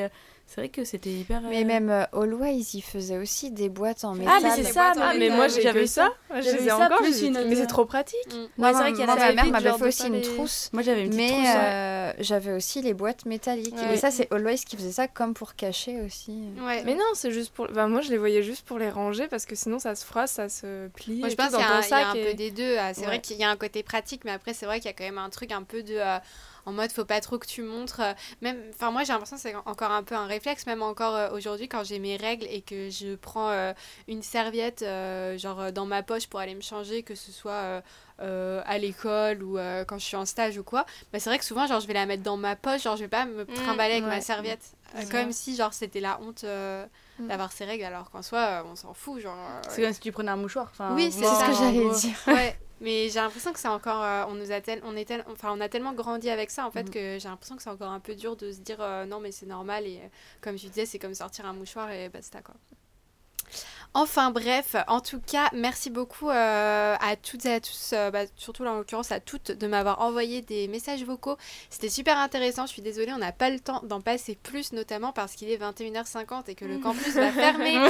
C'est vrai que c'était hyper.
Mais
euh,
même euh, Always, ils faisaient aussi des boîtes en métal.
Ah, mais c'est
Les
ça,
boîtes en
mais,
métal.
mais
moi
moi
j'ai
j'avais
que
ça.
ça. Moi, je
J'avais
les ai
ça,
encore.
plus
j'ai-
une-
Mais c'est trop pratique.
Mm.
Moi,
Ouais, c'est vrai qu'il y a
moi,
la
ma mère
pépite,
m'avait
genre,
fait
de
aussi
pas
une
les-
trousse.
Moi j'avais une petite
Mais
trousse. ouais.
euh, j'avais aussi les boîtes métalliques.
Ouais.
Et ça, c'est Always qui faisait ça comme pour cacher aussi.
Ouais.
Mais non, c'est juste pour. Enfin, moi, je les voyais juste pour les ranger parce que sinon, ça se froisse, ça se plie.
Moi, je
et tout
pense
dans
qu'il y a
ton
un, il y a
sac.
un
et-
peu des deux. euh, C'est
Ouais.
vrai qu'il y a un côté pratique, mais après, c'est vrai qu'il y a quand même un truc un peu de. euh, en mode, faut pas trop que tu montres. euh, même, enfin, moi, j'ai l'impression que c'est encore un peu un réflexe, même encore euh, aujourd'hui, quand j'ai mes règles et que je prends euh, une serviette, euh, genre euh, dans ma poche pour aller me changer, que ce soit euh, euh, à l'école ou euh, quand je suis en stage ou quoi. Bah, c'est vrai que souvent, genre, je vais la mettre dans ma poche, genre, je vais pas me
Mmh,
trimballer avec
ouais.
ma serviette. euh,
C'est
comme
vrai.
si, genre, c'était la honte euh,
Mm.
d'avoir ses règles, alors qu'en soi, euh, on s'en fout, genre. euh,
C'est comme si tu prenais un mouchoir. Enfin,
Oui, c'est
moi,
ça.
C'est ce que
en
j'allais
gros.
dire.
Ouais, mais j'ai l'impression que c'est encore, euh, on nous a tel- on est tel- enfin on a tellement grandi avec ça en fait
Mhm.
que j'ai l'impression que c'est encore un peu dur de se dire euh, non mais c'est normal et euh, comme tu disais c'est comme sortir un mouchoir et basta quoi. Enfin bref, en tout cas, merci beaucoup euh, à toutes et à tous, euh, bah, surtout là en l'occurrence à toutes, de m'avoir envoyé des messages vocaux. C'était super intéressant, je suis désolée, on n'a pas le temps d'en passer plus, notamment parce qu'il est vingt et une heures cinquante et que le campus va fermer.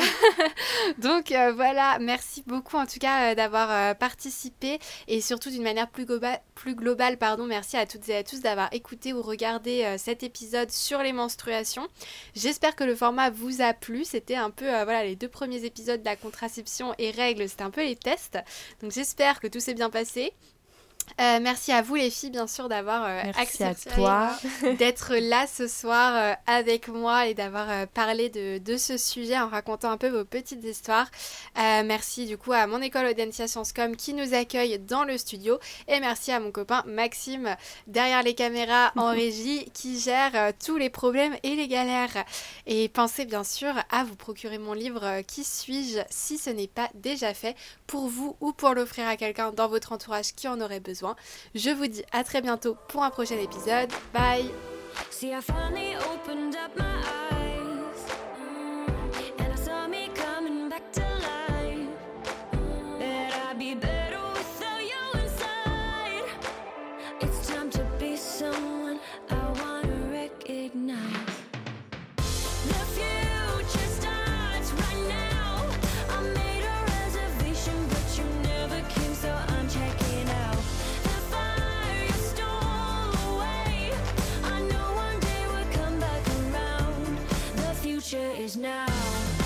Donc euh, voilà, merci beaucoup en tout cas euh, d'avoir euh, participé et surtout d'une manière plus, globa- plus globale, pardon, merci à toutes et à tous d'avoir écouté ou regardé euh, cet épisode sur les menstruations. J'espère que le format vous a plu, c'était un peu euh, voilà les deux premiers épisodes de la contraception et règles, c'était un peu les tests. Donc j'espère que tout s'est bien passé. Euh, merci à vous les filles bien sûr d'avoir euh,
Merci à
accepté
toi.
d'être là ce soir euh, avec moi et d'avoir euh, parlé de, de ce sujet en racontant un peu vos petites histoires. Euh, merci du coup à mon école Audencia Sciences Com qui nous accueille dans le studio et merci à mon copain Maxime derrière les caméras en régie qui gère euh, tous les problèmes et les galères. Et pensez bien sûr à vous procurer mon livre euh, Qui suis-je si ce n'est pas déjà fait pour vous ou pour l'offrir à quelqu'un dans votre entourage qui en aurait besoin. Je vous dis à très bientôt pour un prochain épisode. Bye!
See, I finally opened up my eyes, and I saw me coming back to life. That I'd be better without you inside. It's time to be someone I wanna recognize. The future starts right now. I made a reservation, but you never came, so I'm checking out. The fire you stole away. I know one day we'll come back around. The future is now.